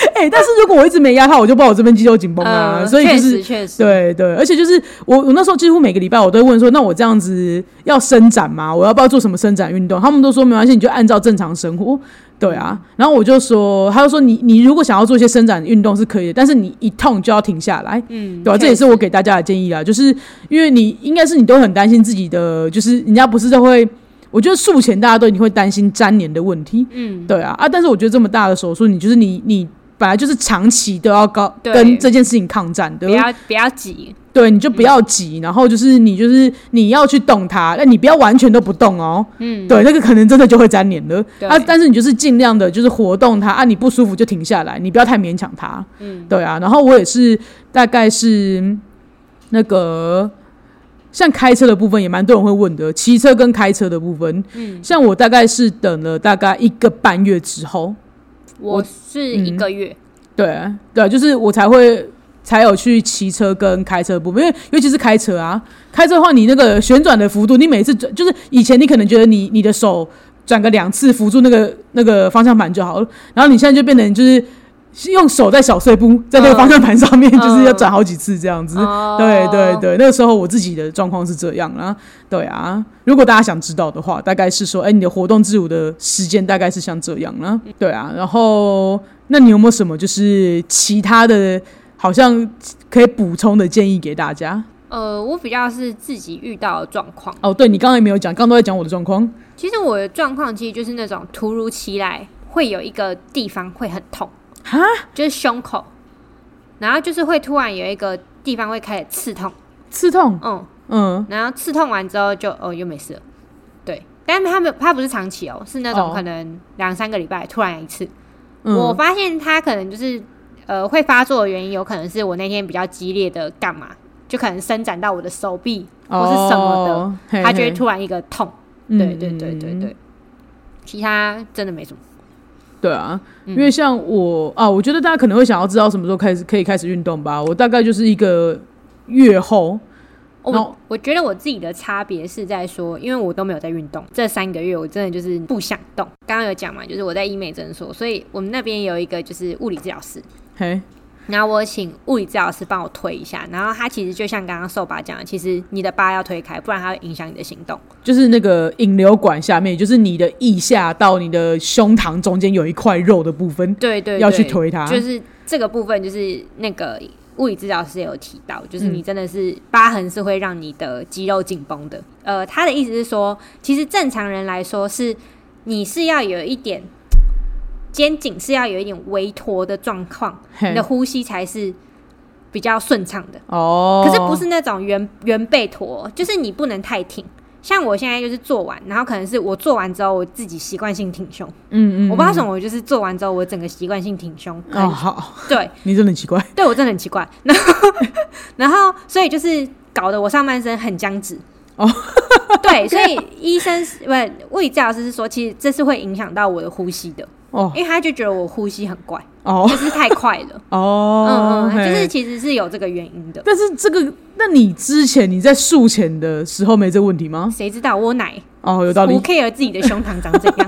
但是如果我一直没压它，我就不知道我这边肌肉紧绷啊，所以就是确实， 对对，而且就是我那时候几乎每个礼拜我都会问说，那我这样子要伸展吗？我要不要做什么伸展运动？他们都说没关系，你就按照正常生活。对啊，然后我就说，他就说你如果想要做一些伸展运动是可以的，但是你一痛就要停下来，对吧？这也是我给大家的建议啦，就是因为你应该是你都很担心自己的，就是人家不是都会。我觉得术前大家都一定会担心粘连的问题，对啊，但是我觉得这么大的手术，你本来就是长期都要跟这件事情抗战的， 不要急， 对，你就不要急，然后就是你要去动它，那你不要完全都不动哦，对，那个可能真的就会粘连了啊，但是你就是尽量的就是活动它啊，你不舒服就停下来，你不要太勉强它，对啊，然后我也是大概是那个。像开车的部分也蛮多人会问的，骑车跟开车的部分，像我大概是等了大概1个半月之后， 我是1个月， 对，就是我才有去骑车跟开车的部分，因为尤其是开车啊，开车的话你那个旋转的幅度，你每次就是以前你可能觉得你的手转个2次扶住那个方向盘就好了，然后你现在就变成就是用手在小碎步在那个方向盘上面，就是要转好几次这样子。对对对，那个时候我自己的状况是这样啦。对啊，如果大家想知道的话，大概是说，你的活动自如的时间大概是像这样啦。对啊，然后那你有没有什么就是其他的，好像可以补充的建议给大家？ 我比较是自己遇到的状况。 哦，对，你刚刚也没有讲，刚刚都在讲我的状况。 其实我的状况其实就是那种突如其来会有一个地方会很痛。 哈， 就是胸口，然后就是会突然有一个地方会开始刺痛，然后刺痛完之后就又没事了，对，但是它不是长期是那种可能2-3个礼拜突然一次。我发现它可能就是会发作的原因，有可能是我那天比较激烈的干嘛，就可能伸展到我的手臂或是什么的，它就会突然一个痛。对对对对对，其他真的没什么。 对啊，因为像我觉得大家可能会想要知道什么时候可以开始运动吧。我大概就是1个月后， 我觉得我自己的差别是在说，因为我都没有在运动，这3个月我真的就是不想动。刚刚有讲嘛，就是我在医美诊所，所以我们那边有一个就是物理治疗师，然后我请物理治疗师帮我推一下，然后他其实就像刚刚瘦爸讲的，其实你的疤要推开，不然它会影响你的行动。就是那个引流管下面，就是你的腋下到你的胸膛中间有一块肉的部分，对，要去推它。 就是这个部分，就是那个物理治疗师也有提到，就是你真的是疤痕是会让你的肌肉紧绷的。他的意思是说，其实正常人来说你是要有一点。肩颈是要有一点微驼的状况，你的呼吸才是比较顺畅的。可是不是那种圆背驼，就是你不能太挺。像我现在就是做完，然后可能是我做完之后我自己习惯性挺胸。我不知道为什么，我就是做完之后我整个习惯性挺胸。 好， 对， 你真的很奇怪。 对，我真的很奇怪。然后所以就是搞得我上半身很僵直。对，所以物理治疗师是说，其实这是会影响到我的呼吸的。因为他就觉得我呼吸很怪，就是太快了。就是其实是有这个原因的。 但是那你之前你在术前的时候没这个问题吗？ 谁知道我奶有道理。 我 care 自己的胸膛长怎样。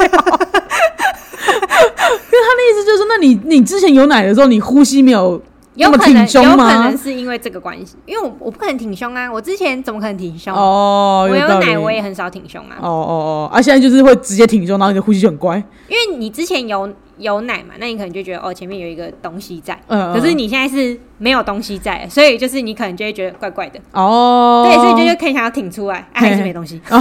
因为他的意思就是说，那你之前有奶的时候，你呼吸没有那么挺胸吗？ 有可能是因为这个关系，因为我不可能挺胸啊，我之前怎么可能挺胸？我有奶我也很少挺胸啊。 现在就是会直接挺胸，然后你的呼吸就很怪，因为你之前有奶嘛，那你可能就觉得前面有一个东西在，可是你现在是没有东西在，所以就是你可能就会觉得怪怪的。对，所以就可以想要挺出来，还是没东西。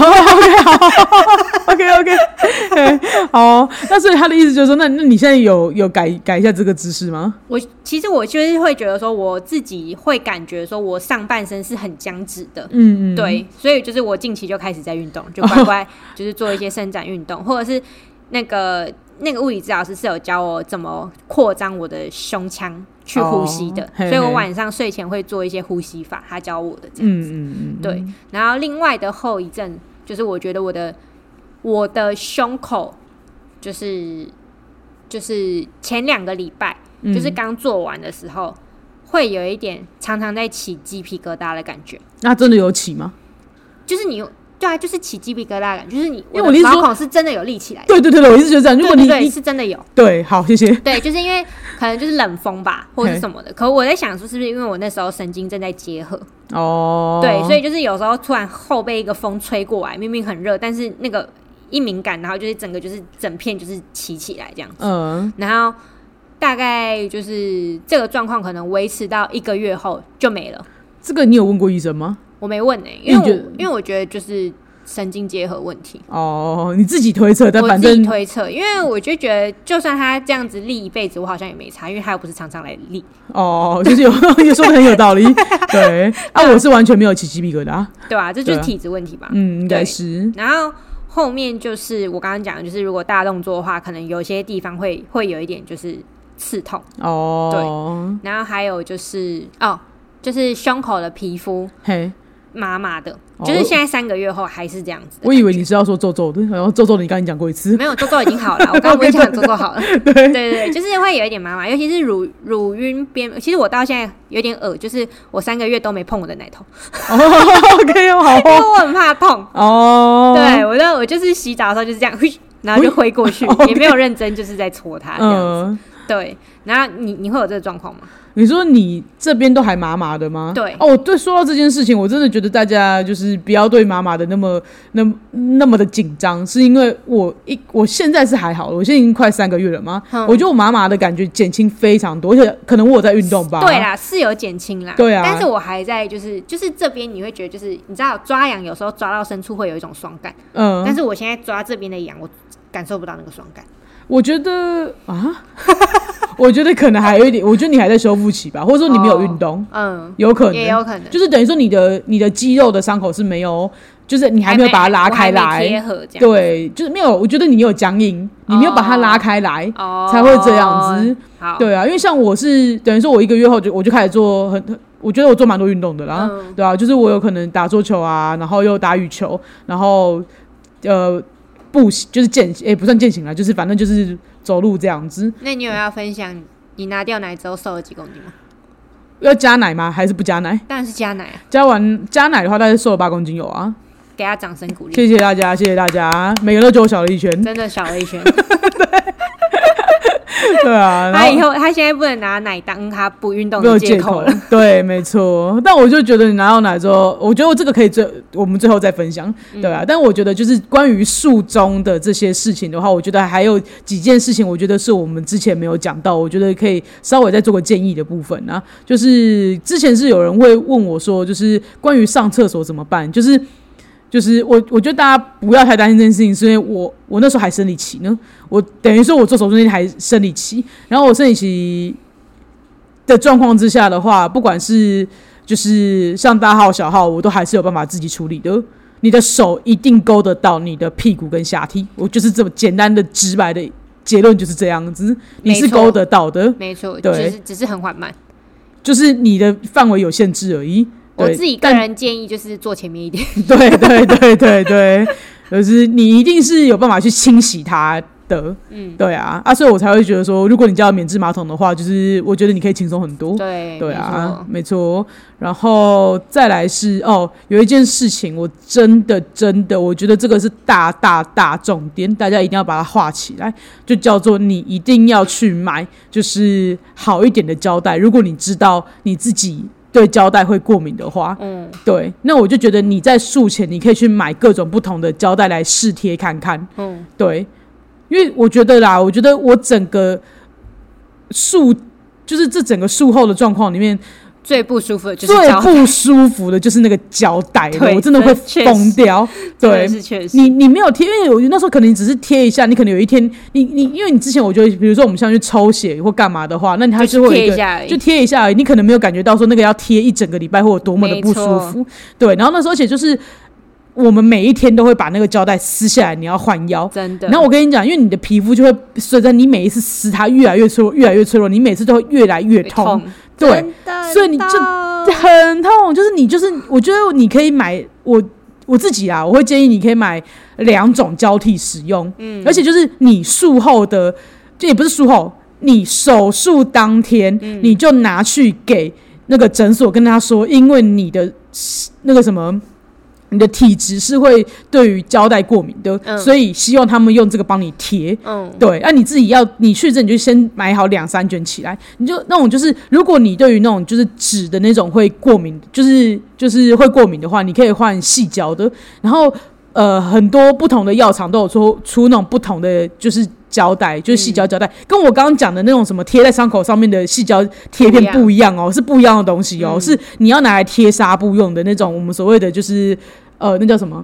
OK， 好，那所以他的意思就是说，那你现在有改一下这个姿势吗？ 其实我就是会觉得说，我自己会感觉说我上半身是很僵直的。对，所以就是我近期就开始在运动，就乖乖就是做一些伸展运动，或者是那个物理治疗师是有教我怎么扩张我的胸腔去呼吸的，所以我晚上睡前会做一些呼吸法，他教我的这样子。对，然后另外的后遗症就是我觉得我的胸口就是前2个礼拜，就是刚做完的时候，会有一点常常在起鸡皮疙瘩的感觉。 那真的有起吗？ 就是你对啊，就是起鸡皮疙瘩感，就是你因为我的毛孔是真的有立起来的。 对对对对，我一直觉得这样。如果你对是真的有。 对，好，谢谢。 对，就是因为可能就是冷风吧，或是什么的。可我在想说，是不是因为我那时候神经正在结合？ 哦， 对，所以就是有时候突然后背一个风吹过来，明明很热，但是那个一敏感，然后就是整个就是整片就是起来这样子。然后大概就是这个状况可能维持到1个月后就没了。 这个你有问过医生吗？ 我没问因为我觉得就是神经结合问题。哦， 你自己推测，但反正我自己推测，因为我就觉得，就算他这样子立一辈子，我好像也没差，因为他又不是常常来立。 哦，就是有说的很有道理。对，我是完全没有起鸡皮疙瘩。 对啊，这就是体质问题吧？ 应该是。 然后后面就是我刚刚讲的，就是如果大动作的话，可能有些地方会有一点就是刺痛。哦，对。然后还有就是就是胸口的皮肤麻麻的，就是现在3个月后还是这样子。 我以为你是要说皱皱的，然后皱皱的你刚才讲过一次， 没有，皱皱已经好了。我刚刚不是讲皱皱好了？对对对，就是会有一点麻麻，尤其是乳晕边。其实我到现在有点恶，就是我3个月都没碰我的奶头。 OK， 好， 因为我很怕痛。对，我就是洗澡的时候就是这样，然后就挥过去，也没有认真就是在搓它这样子。对，然后你会有这个状况吗？ 你说你这边都还麻麻的吗？ 对。 对，说到这件事情，我真的觉得大家就是不要对麻麻的那么的紧张，是因为我现在是还好了，我现在已经快3个月了嘛。我觉得我麻麻的感觉减轻非常多，而且可能我有在运动吧。 对啦，是有减轻啦。 对啊， 但是我还在就是这边你会觉得就是你知道抓痒有时候抓到深处会有一种爽感，但是我现在抓这边的痒，我感受不到那个爽感。 我觉得我觉得可能还有一点，我觉得你还在修复期吧，或者说你没有运动，有可能， 也有可能， 就是等于说你的肌肉的伤口是没有，就是你还没有把它拉开来， 贴合这样， 对，就是没有，我觉得你有僵硬，你没有把它拉开来，才会这样子。对啊，因为像我是等于说我1个月后我就开始做我觉得我做蛮多运动的啦，对啊，就是我有可能打桌球啊，然后又打羽球，然后就是不算健行啦，就是反正就是走路这样子。 那你有要分享你拿掉奶之后瘦了几公斤吗？ 要加奶吗？还是不加奶？ 当然是加奶啊。 加奶的话，大概瘦了8公斤有啊。 给他掌声鼓励。 谢谢大家，谢谢大家，每个人都觉得我小了一圈， 真的小了一圈。 对啊， 他现在不能拿奶当他不运动的借口了。 对，没错。但我就觉得你拿到奶之后，我觉得这个可以我们最后再分享，对啊。但我觉得就是关于术中的这些事情的话，我觉得还有几件事情，我觉得是我们之前没有讲到，我觉得可以稍微再做个建议的部分啊。就是之前是有人会问我说，就是关于上厕所怎么办，就是我觉得大家不要太担心这件事情，是因为我那时候还生理期呢，我等于说我做手术那天还生理期，然后我生理期的状况之下的话，不管是就是上大号小号，我都还是有办法自己处理的。你的手一定勾得到你的屁股跟下体，我就是这么简单的直白的结论就是这样子，你是勾得到的， 没错， 对， 只是很缓慢， 就是你的范围有限制而已。 我自己个人建议就是坐前面一点。 对对对对对，就是你一定是有办法去清洗它的。对啊，所以我才会觉得说，如果你叫免治马桶的话，就是我觉得你可以轻松很多。对啊，没错。然后再来是有一件事情，我真的，我觉得这个是大重点，大家一定要把它画起来，就叫做你一定要去买就是好一点的胶带。如果你知道你自己对胶带会过敏的话，对，那我就觉得你在术前你可以去买各种不同的胶带来试贴看看，对，因为我觉得我整个术就是这整个术后的状况里面。 最不舒服的就是胶带， 最不舒服的就是那个胶带，我真的会疯掉。对，确实，你没有贴，因为我那时候可能你只是贴一下，你可能有一天，你因为你之前我觉得，比如说我们像去抽血或干嘛的话，那你还是会有一个就贴一下而已，你可能没有感觉到说那个要贴一整个礼拜或有多么的不舒服。对，然后那时候而且就是我们每一天都会把那个胶带撕下来，你要换腰，真的。然后我跟你讲，因为你的皮肤就会随着你每一次撕它越来越脆弱，越来越脆弱，你每次都会越来越痛。对，所以你就很痛，我觉得你可以买我自己啊，我会建议你可以买2种交替使用，而且就是你术后的，就也不是术后，你手术当天，你就拿去给那个诊所跟他说，因为你的那个什么你的体质是会对于胶带过敏的，所以希望他们用这个帮你贴。对，你自己你去这你就先买好2-3卷起来，你就那种就是如果你对于那种就是纸的那种会过敏，就是会过敏的话，你可以换细胶的，然后很多不同的药厂都有出那种不同的就是胶带，就是细胶胶带，跟我刚刚讲的那种什么贴在伤口上面的细胶贴片不一样哦，是不一样的东西哦，是你要拿来贴纱布用的那种，我们所谓的就是那叫什么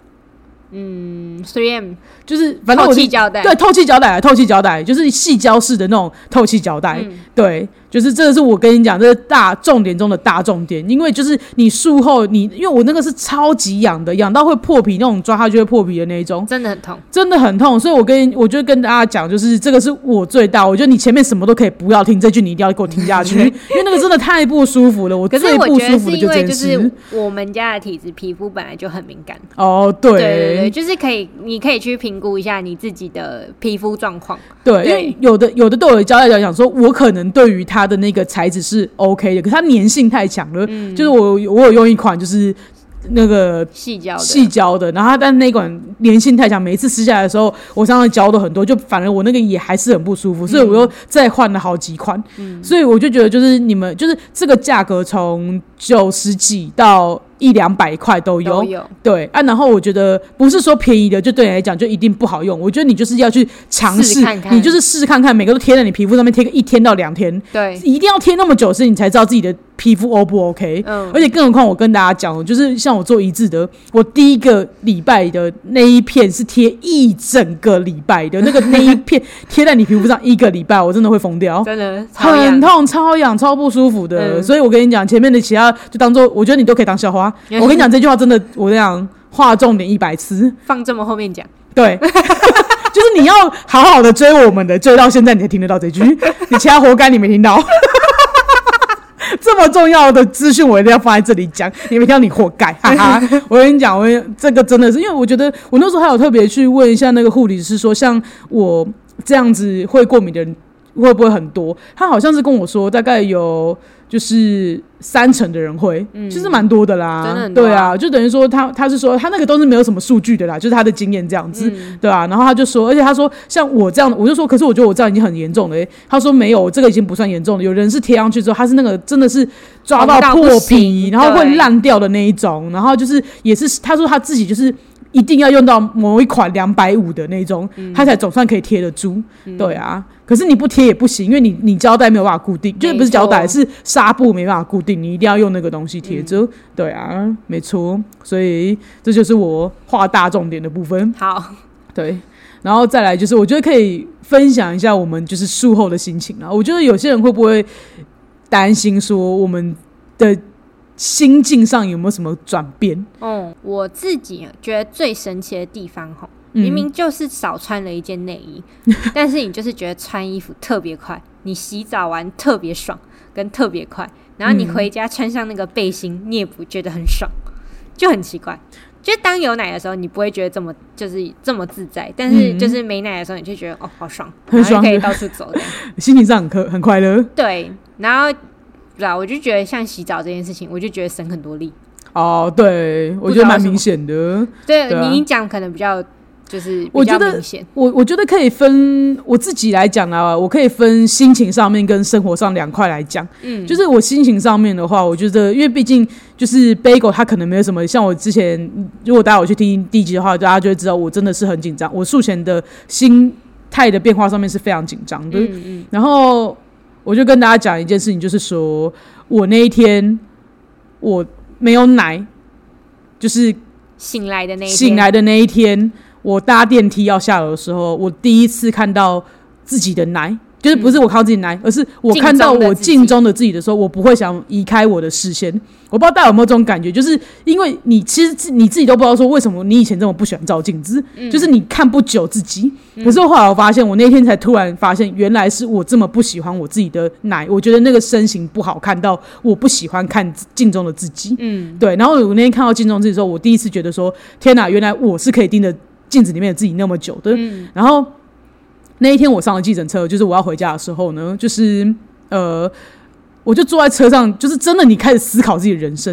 ？3M 就是反正透气胶带， 对，透气胶带就是细胶式的那种透气胶带，对，就是这个是我跟你讲，这是大重点中的大重点，因为就是你术后因为我那个是超级痒的，痒到会破皮那种，抓它就会破皮的那一种， 真的很痛， 真的很痛，所以我就跟大家讲，就是这个是我最大，我觉得你前面什么都可以不要听，这句你一定要给我听下去，因为那个真的太不舒服了，我最不舒服的就这件事。可是我觉得是因为就是我们家的体质皮肤本来就很敏感哦，对， 就是你可以去评估一下你自己的皮肤状况， 对，因为有的都有交代讲说，我可能对于它的那个材质是 OK 的，可是它粘性太强了，就是我有用一款就是那个细胶的，然后但那款粘性太强，每一次撕下来的时候，我身上的胶都很多，就反而我那个也还是很不舒服，所以我又再换了好几款，所以我就觉得就是你们就是这个价格从90几到100-200块都有，对啊，然后我觉得不是说便宜的就对你来讲就一定不好用，我觉得你就是要去尝试，你就是试看看，每个都贴在你皮肤上面贴个1天到2天， 对， 一定要贴那么久，是你才知道自己的皮肤 O 不 OK，而且更何况我跟大家讲，就是像我做一致的，我第一个礼拜的那一片是贴一整个礼拜的，那一片贴在你皮肤上1个礼拜，我真的会疯掉， 真的很痛、超痒、超不舒服的，所以我跟你讲，前面的其他就当做，我觉得你都可以当笑话。我跟你讲这句话真的，我跟你讲划重点100次， 放这么后面讲， 对。就是你要好好的追我们的，追到现在你才听得到这句，你其他活该你没听到。这么重要的资讯我一定要放在这里讲，你没听到你活该，哈哈！我跟你讲，这个真的是，因为我觉得我那时候还有特别去问一下那个护理师说，像我这样子会过敏的人会不会很多？他好像是跟我说大概有就是30%的人会，其实蛮多的啦， 真的很多啊， 对啊，就等于说他是说他那个都是没有什么数据的啦，就是他的经验这样子，对啊，然后他就说，而且他说像我这样，我就说，可是我觉得我这样已经很严重了，他说没有，这个已经不算严重了，有人是贴上去之后，他是那个真的是抓到破皮，然后会烂掉的那一种，然后就是也是他说他自己就是一定要用到某一款250的那种，他才总算可以贴得住，对啊。可是你不贴也不行，因为你胶带没有办法固定，就是不是胶带，是纱布没办法固定，你一定要用那个东西贴着，对啊，没错。所以这就是我画大重点的部分。 好， 对，然后再来就是我觉得可以分享一下我们就是术后的心情啦。我觉得有些人会不会担心说我们的心境上有没有什么转变？ 我自己觉得最神奇的地方明明就是少穿了一件内衣，但是你就是觉得穿衣服特别快，你洗澡完特别爽跟特别快，然后你回家穿上那个背心，你也不觉得很爽，就很奇怪。就是当有奶的时候，你不会觉得这么自在，但是就是没奶的时候，你就觉得好爽， 很爽， 然后就可以到处走这样， 心情上很快乐。 对，然后对啊，我就觉得像洗澡这件事情，我就觉得省很多力。 哦，对，我觉得蛮明显的。 对，你讲可能比较。就是比较明显， 我觉得可以分我自己来讲啦，我可以分心情上面跟生活上2块来讲。就是我心情上面的话，我觉得因为毕竟就是 Bagel 他可能没有什么，像我之前如果大家有去听第一集的话，大家就会知道我真的是很紧张，我术前的心态的变化上面是非常紧张的。然后我就跟大家讲一件事情，就是说我那一天我没有奶，就是醒来的那一天。我搭电梯要下楼的时候，我第一次看到自己的奶，就是不是我看到自己的奶，而是我看到我镜中的自己的时候，我不会想移开我的视线。我不知道大家有没有这种感觉，就是因为你其实你自己都不知道说为什么你以前这么不喜欢照镜子，就是你看不久自己。可是后来我发现，我那天才突然发现，原来是我这么不喜欢我自己的奶，我觉得那个身形不好看到我不喜欢看镜中的自己。对。然后我那天看到镜中自己的时候，我第一次觉得说，天哪，原来我是可以盯着镜子里面的自己那么久的。然后那一天我上了计程车，就是我要回家的时候呢，就是我就坐在车上，就是真的你开始思考自己的人生，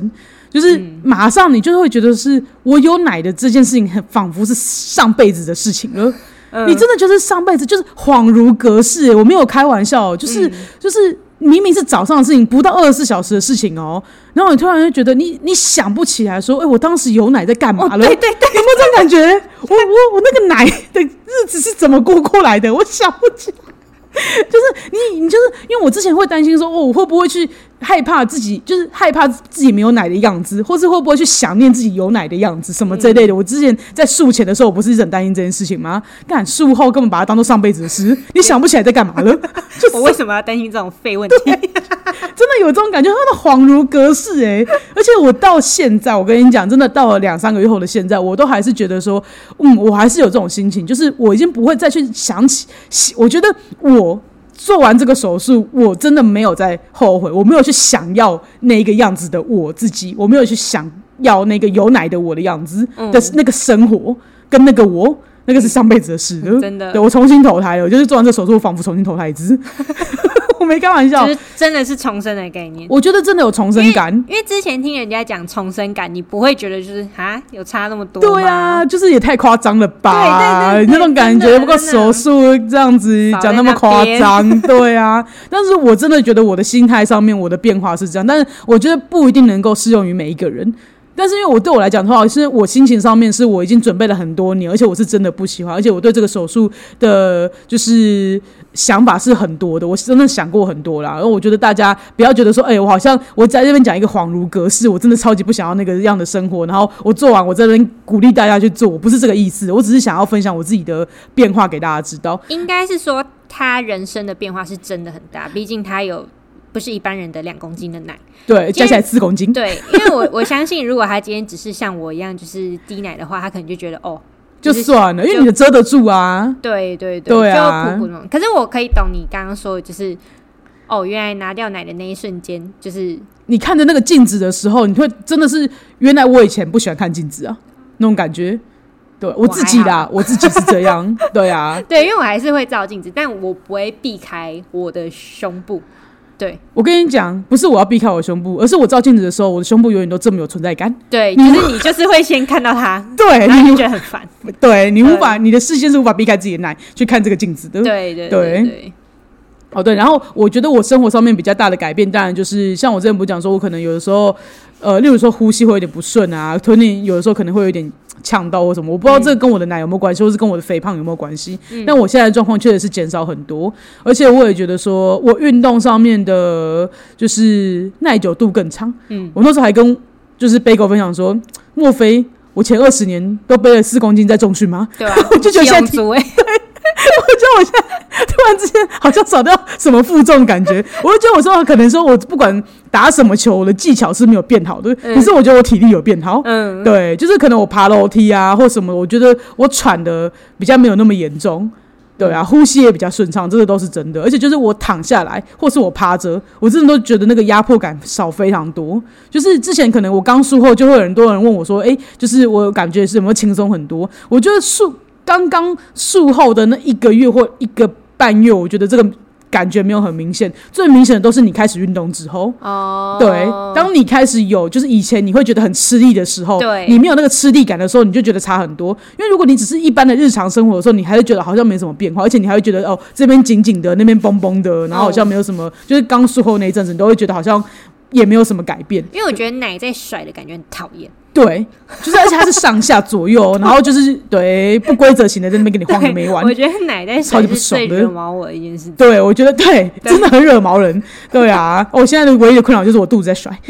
就是马上你就会觉得是我有奶的这件事情仿佛是上辈子的事情了。你真的就是上辈子就是恍如隔世，我没有开玩笑，就是明明是早上的事情，不到24小时的事情哦，然后你突然就觉得你想不起来说，我当时有奶在干嘛了？ 对对对， 有没有这种感觉？我那个奶的日子是怎么过来的？我想不起来。就是你就是因为我之前会担心说，我会不会去害怕自己，就是害怕自己没有奶的样子，或是会不会去想念自己有奶的样子，什么这类的。我之前在术前的时候，我不是一直很担心这件事情吗？干术后根本把它当做上辈子的事，你想不起来在干嘛了。就是我为什么要担心这种废问题？ 真的有这种感觉，他们恍如隔世而且我到现在，我跟你讲，真的到了2-3个月后的现在，我都还是觉得说，我还是有这种心情，就是我已经不会再去想起，我觉得我做完这个手术，我真的没有在后悔，我没有去想要那个样子的我自己，我没有去想要那个有奶的我的样子的那个生活跟那个我。那个是上辈子的事了， 真的。 对，我重新投胎了，就是做完这手术，我仿佛重新投胎一次。我没开玩笑， 就是真的是重生的概念。 我觉得真的有重生感， 因为之前听人家讲重生感，你不会觉得就是有差那么多吗？ 对啊，就是也太夸张了吧？ 对那种感觉，不过手术这样子讲那么夸张，对啊。但是我真的觉得我的心态上面我的变化是这样，但是我觉得不一定能够适用于每一个人。但是因为对我来讲的话，是我心情上面是我已经准备了很多年，而且我是真的不喜欢，而且我对这个手术的就是想法是很多的，我真的想过很多啦。然后我觉得大家不要觉得说，我好像我在这边讲一个恍如隔世，我真的超级不想要那个样的生活，然后我做完我在这边鼓励大家去做，我不是这个意思，我只是想要分享我自己的变化给大家知道。 应该是说他人生的变化是真的很大，毕竟他有不是一般人的2公斤的奶， 对，加起来4公斤。 对，因为我相信，如果他今天只是像我一样就是低奶的话，他可能就觉得就算了，因为你的遮得住啊。 对对对， 对啊， 就普普通。可是我可以懂你刚刚说的，就是原来拿掉奶的那一瞬间，就是你看着那个镜子的时候，你会真的是原来我以前不喜欢看镜子啊，那种感觉。对我自己啦，我自己是这样。对啊， 对，因为我还是会照镜子，但我不会避开我的胸部。对， 我跟你讲，不是我要避开我的胸部，而是我照镜子的时候，我的胸部永远都这么有存在感。 对，就是你就是会先看到它， 对， 然后你觉得很烦。 对，你无法，你的视线是无法避开自己的奶去看这个镜子的。 对对对对。 对，然后我觉得我生活上面比较大的改变，当然就是像我之前不是讲说，我可能有的时候，例如说呼吸会有点不顺啊，吞咽有的时候可能会有点呛到或什么，我不知道这个跟我的奶有没有关系，或是跟我的肥胖有没有关系。但我现在的状况确实是减少很多，而且我也觉得说我运动上面的就是耐久度更长。我那时候还跟就是贝狗分享说，莫非我前20年都背了4公斤在重训吗？ 对啊， 我就觉得现在对。我觉得我现在突然之间好像少掉什么负重感觉，我就觉得我说可能说我不管打什么球，我的技巧是没有变好的，可是我觉得我体力有变好。对，就是可能我爬楼梯啊或什么，我觉得我喘的比较没有那么严重。对啊，呼吸也比较顺畅，这个都是真的。而且就是我躺下来或是我趴着，我真的都觉得那个压迫感少非常多。就是之前可能我刚术后就会有很多人问我说，就是我感觉是有没有轻松很多？我觉得刚刚术后的那1个月或1个半月，我觉得这个感觉没有很明显，最明显的都是你开始运动之后。对，当你开始有就是以前你会觉得很吃力的时候，你没有那个吃力感的时候，你就觉得差很多。因为如果你只是一般的日常生活的时候，你还会觉得好像没什么变化，而且你还会觉得这边紧紧的，那边绷绷的，然后好像没有什么，就是刚术后那一阵子，你都会觉得好像也没有什么改变。 因为我觉得奶在甩的感觉很讨厌。 对，就是而且它是上下左右，然后就是对不规则型的在那边给你晃个没完。 我觉得奶在甩是最惹毛我的一件事。 对，我觉得对，真的很惹毛人。对啊，我现在的唯一的困扰就是我肚子在甩。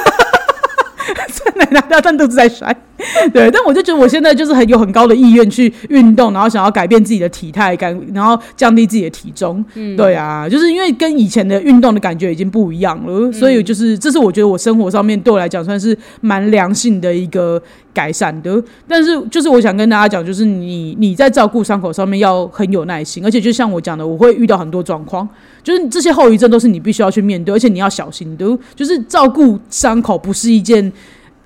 奶拿掉，但肚子在甩。对，但我就觉得我现在就是有很高的意愿去运动，然后想要改变自己的体态感，然后降低自己的体重。对啊，就是因为跟以前的运动的感觉已经不一样了，所以就是这是我觉得我生活上面对我来讲算是蛮良性的一个改善的。但是就是我想跟大家讲，就是你在照顾伤口上面要很有耐心，而且就像我讲的，我会遇到很多状况，就是这些后遗症都是你必须要去面对，而且你要小心的。就是照顾伤口不是一件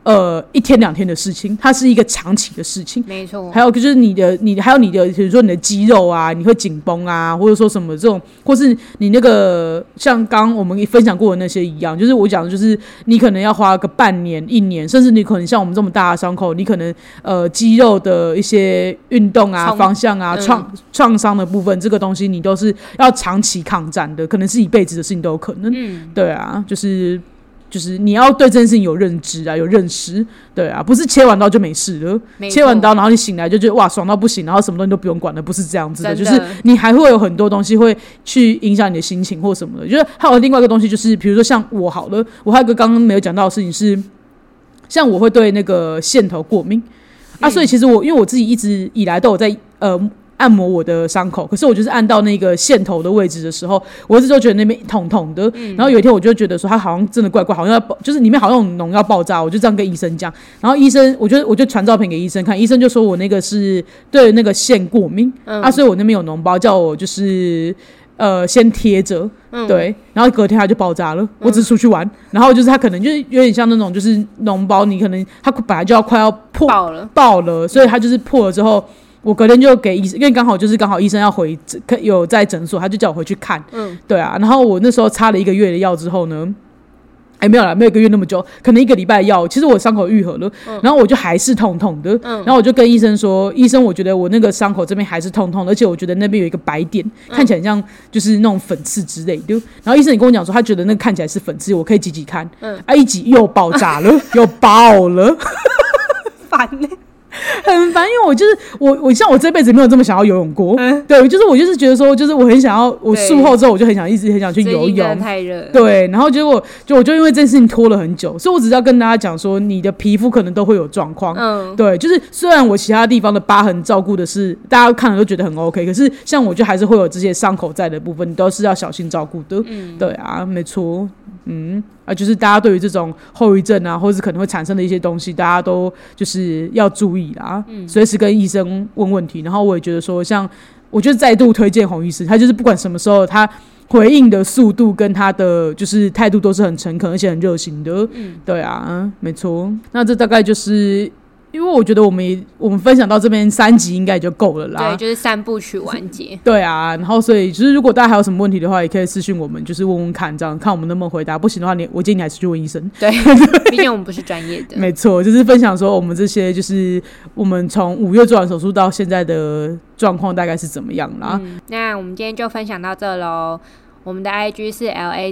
1天2天的事情，它是一个长期的事情。 没错。 还有就是还有你的，比如说你的肌肉啊，你会紧绷啊，或者说什么这种，或是你那个像刚我们分享过的那些一样，就是我讲的就是你可能要花个半年、1年，甚至你可能像我们这么大的伤口，你可能肌肉的一些运动啊、方向啊、创伤的部分，这个东西你都是要长期抗战的，可能是一辈子的事情都有可能。对啊，就是你要对这件事情有认知啊，有认识，对啊，不是切完刀就没事了，切完刀然后你醒来就觉得哇爽到不行，然后什么东西都不用管了，不是这样子的，就是你还会有很多东西会去影响你的心情或什么的。就是还有另外一个东西，就是比如说像我好了，我还有一个刚刚没有讲到的事情是，像我会对那个线头过敏啊，所以其实因为我自己一直以来都有在按摩我的伤口，可是我就是按到那个线头的位置的时候，我一直都觉得那边痛痛的。然后有一天我就觉得说，它好像真的怪怪，好像就是里面好像有脓要爆炸，我就这样跟医生讲。然后医生，我就传照片给医生看，医生就说我那个是对那个线过敏啊，所以我那边有脓包，叫我就是先贴着，对，然后隔天它就爆炸了。我只是出去玩，然后就是它可能就是有点像那种就是脓包，你可能它本来就要快要爆了，所以它就是破了之后。我隔天就给医生，因为刚好医生要有在诊所，他就叫我回去看。对啊，然后我那时候擦了1个月的药之后呢，没有啦，没有1个月那么久，可能1个礼拜的药，其实我伤口愈合了，然后我就还是痛痛的，然后我就跟医生说，医生，我觉得我那个伤口这边还是痛痛的，而且我觉得那边有一个白点，看起来像就是那种粉刺之类的。然后医生也跟我讲说，他觉得那个看起来是粉刺，我可以挤挤看。一挤又爆炸了，又爆了， 烦欸。 很烦，因为我就是我像我这辈子没有这么想要游泳过，对，我就是觉得说，就是我很想要，我术后之后我就一直很想去游泳， 太热， 对，然后结果我就因为这件事情拖了很久，所以我只是要跟大家讲说，你的皮肤可能都会有状况，对，就是虽然我其他地方的疤痕照顾的是大家看了都觉得很 OK， 可是像我就还是会有这些伤口在的部分，你都是要小心照顾的，对啊，没错，就是大家对于这种后遗症啊，或是可能会产生的一些东西，大家都就是要注意啦，随时跟医生问问题。然后我也觉得说，像我就再度推荐洪医师，他就是不管什么时候，他回应的速度跟他的就是态度都是很诚恳而且很热心的。对啊，没错。那这大概就是因为我觉得我们分享到这边3集应该也就够了啦。 对，就是3部曲完结。 对啊，然后所以就是如果大家还有什么问题的话，也可以私讯我们，就是问问看，这样看我们能不能回答。不行的话，我建议你还是去问医生。 对，毕竟我们不是专业的。 没错，就是分享说我们这些就是我们从5月做完手术到现在的状况大概是怎么样啦。 那我们今天就分享到这咯。我们的 IG 是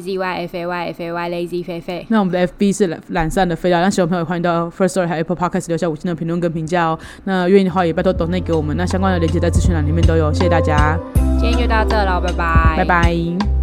LAZYFAYFAY Lazy 菲菲。 那我们的 FB 是懒散的飞聊，让喜欢朋友欢迎到 First Story 和 Apple Podcast 留下5星的评论跟评价哦。那愿意的话也拜托donate给我们，那相关的链接在资讯栏里面都有，谢谢大家。 今天就到这了，拜拜。 拜拜。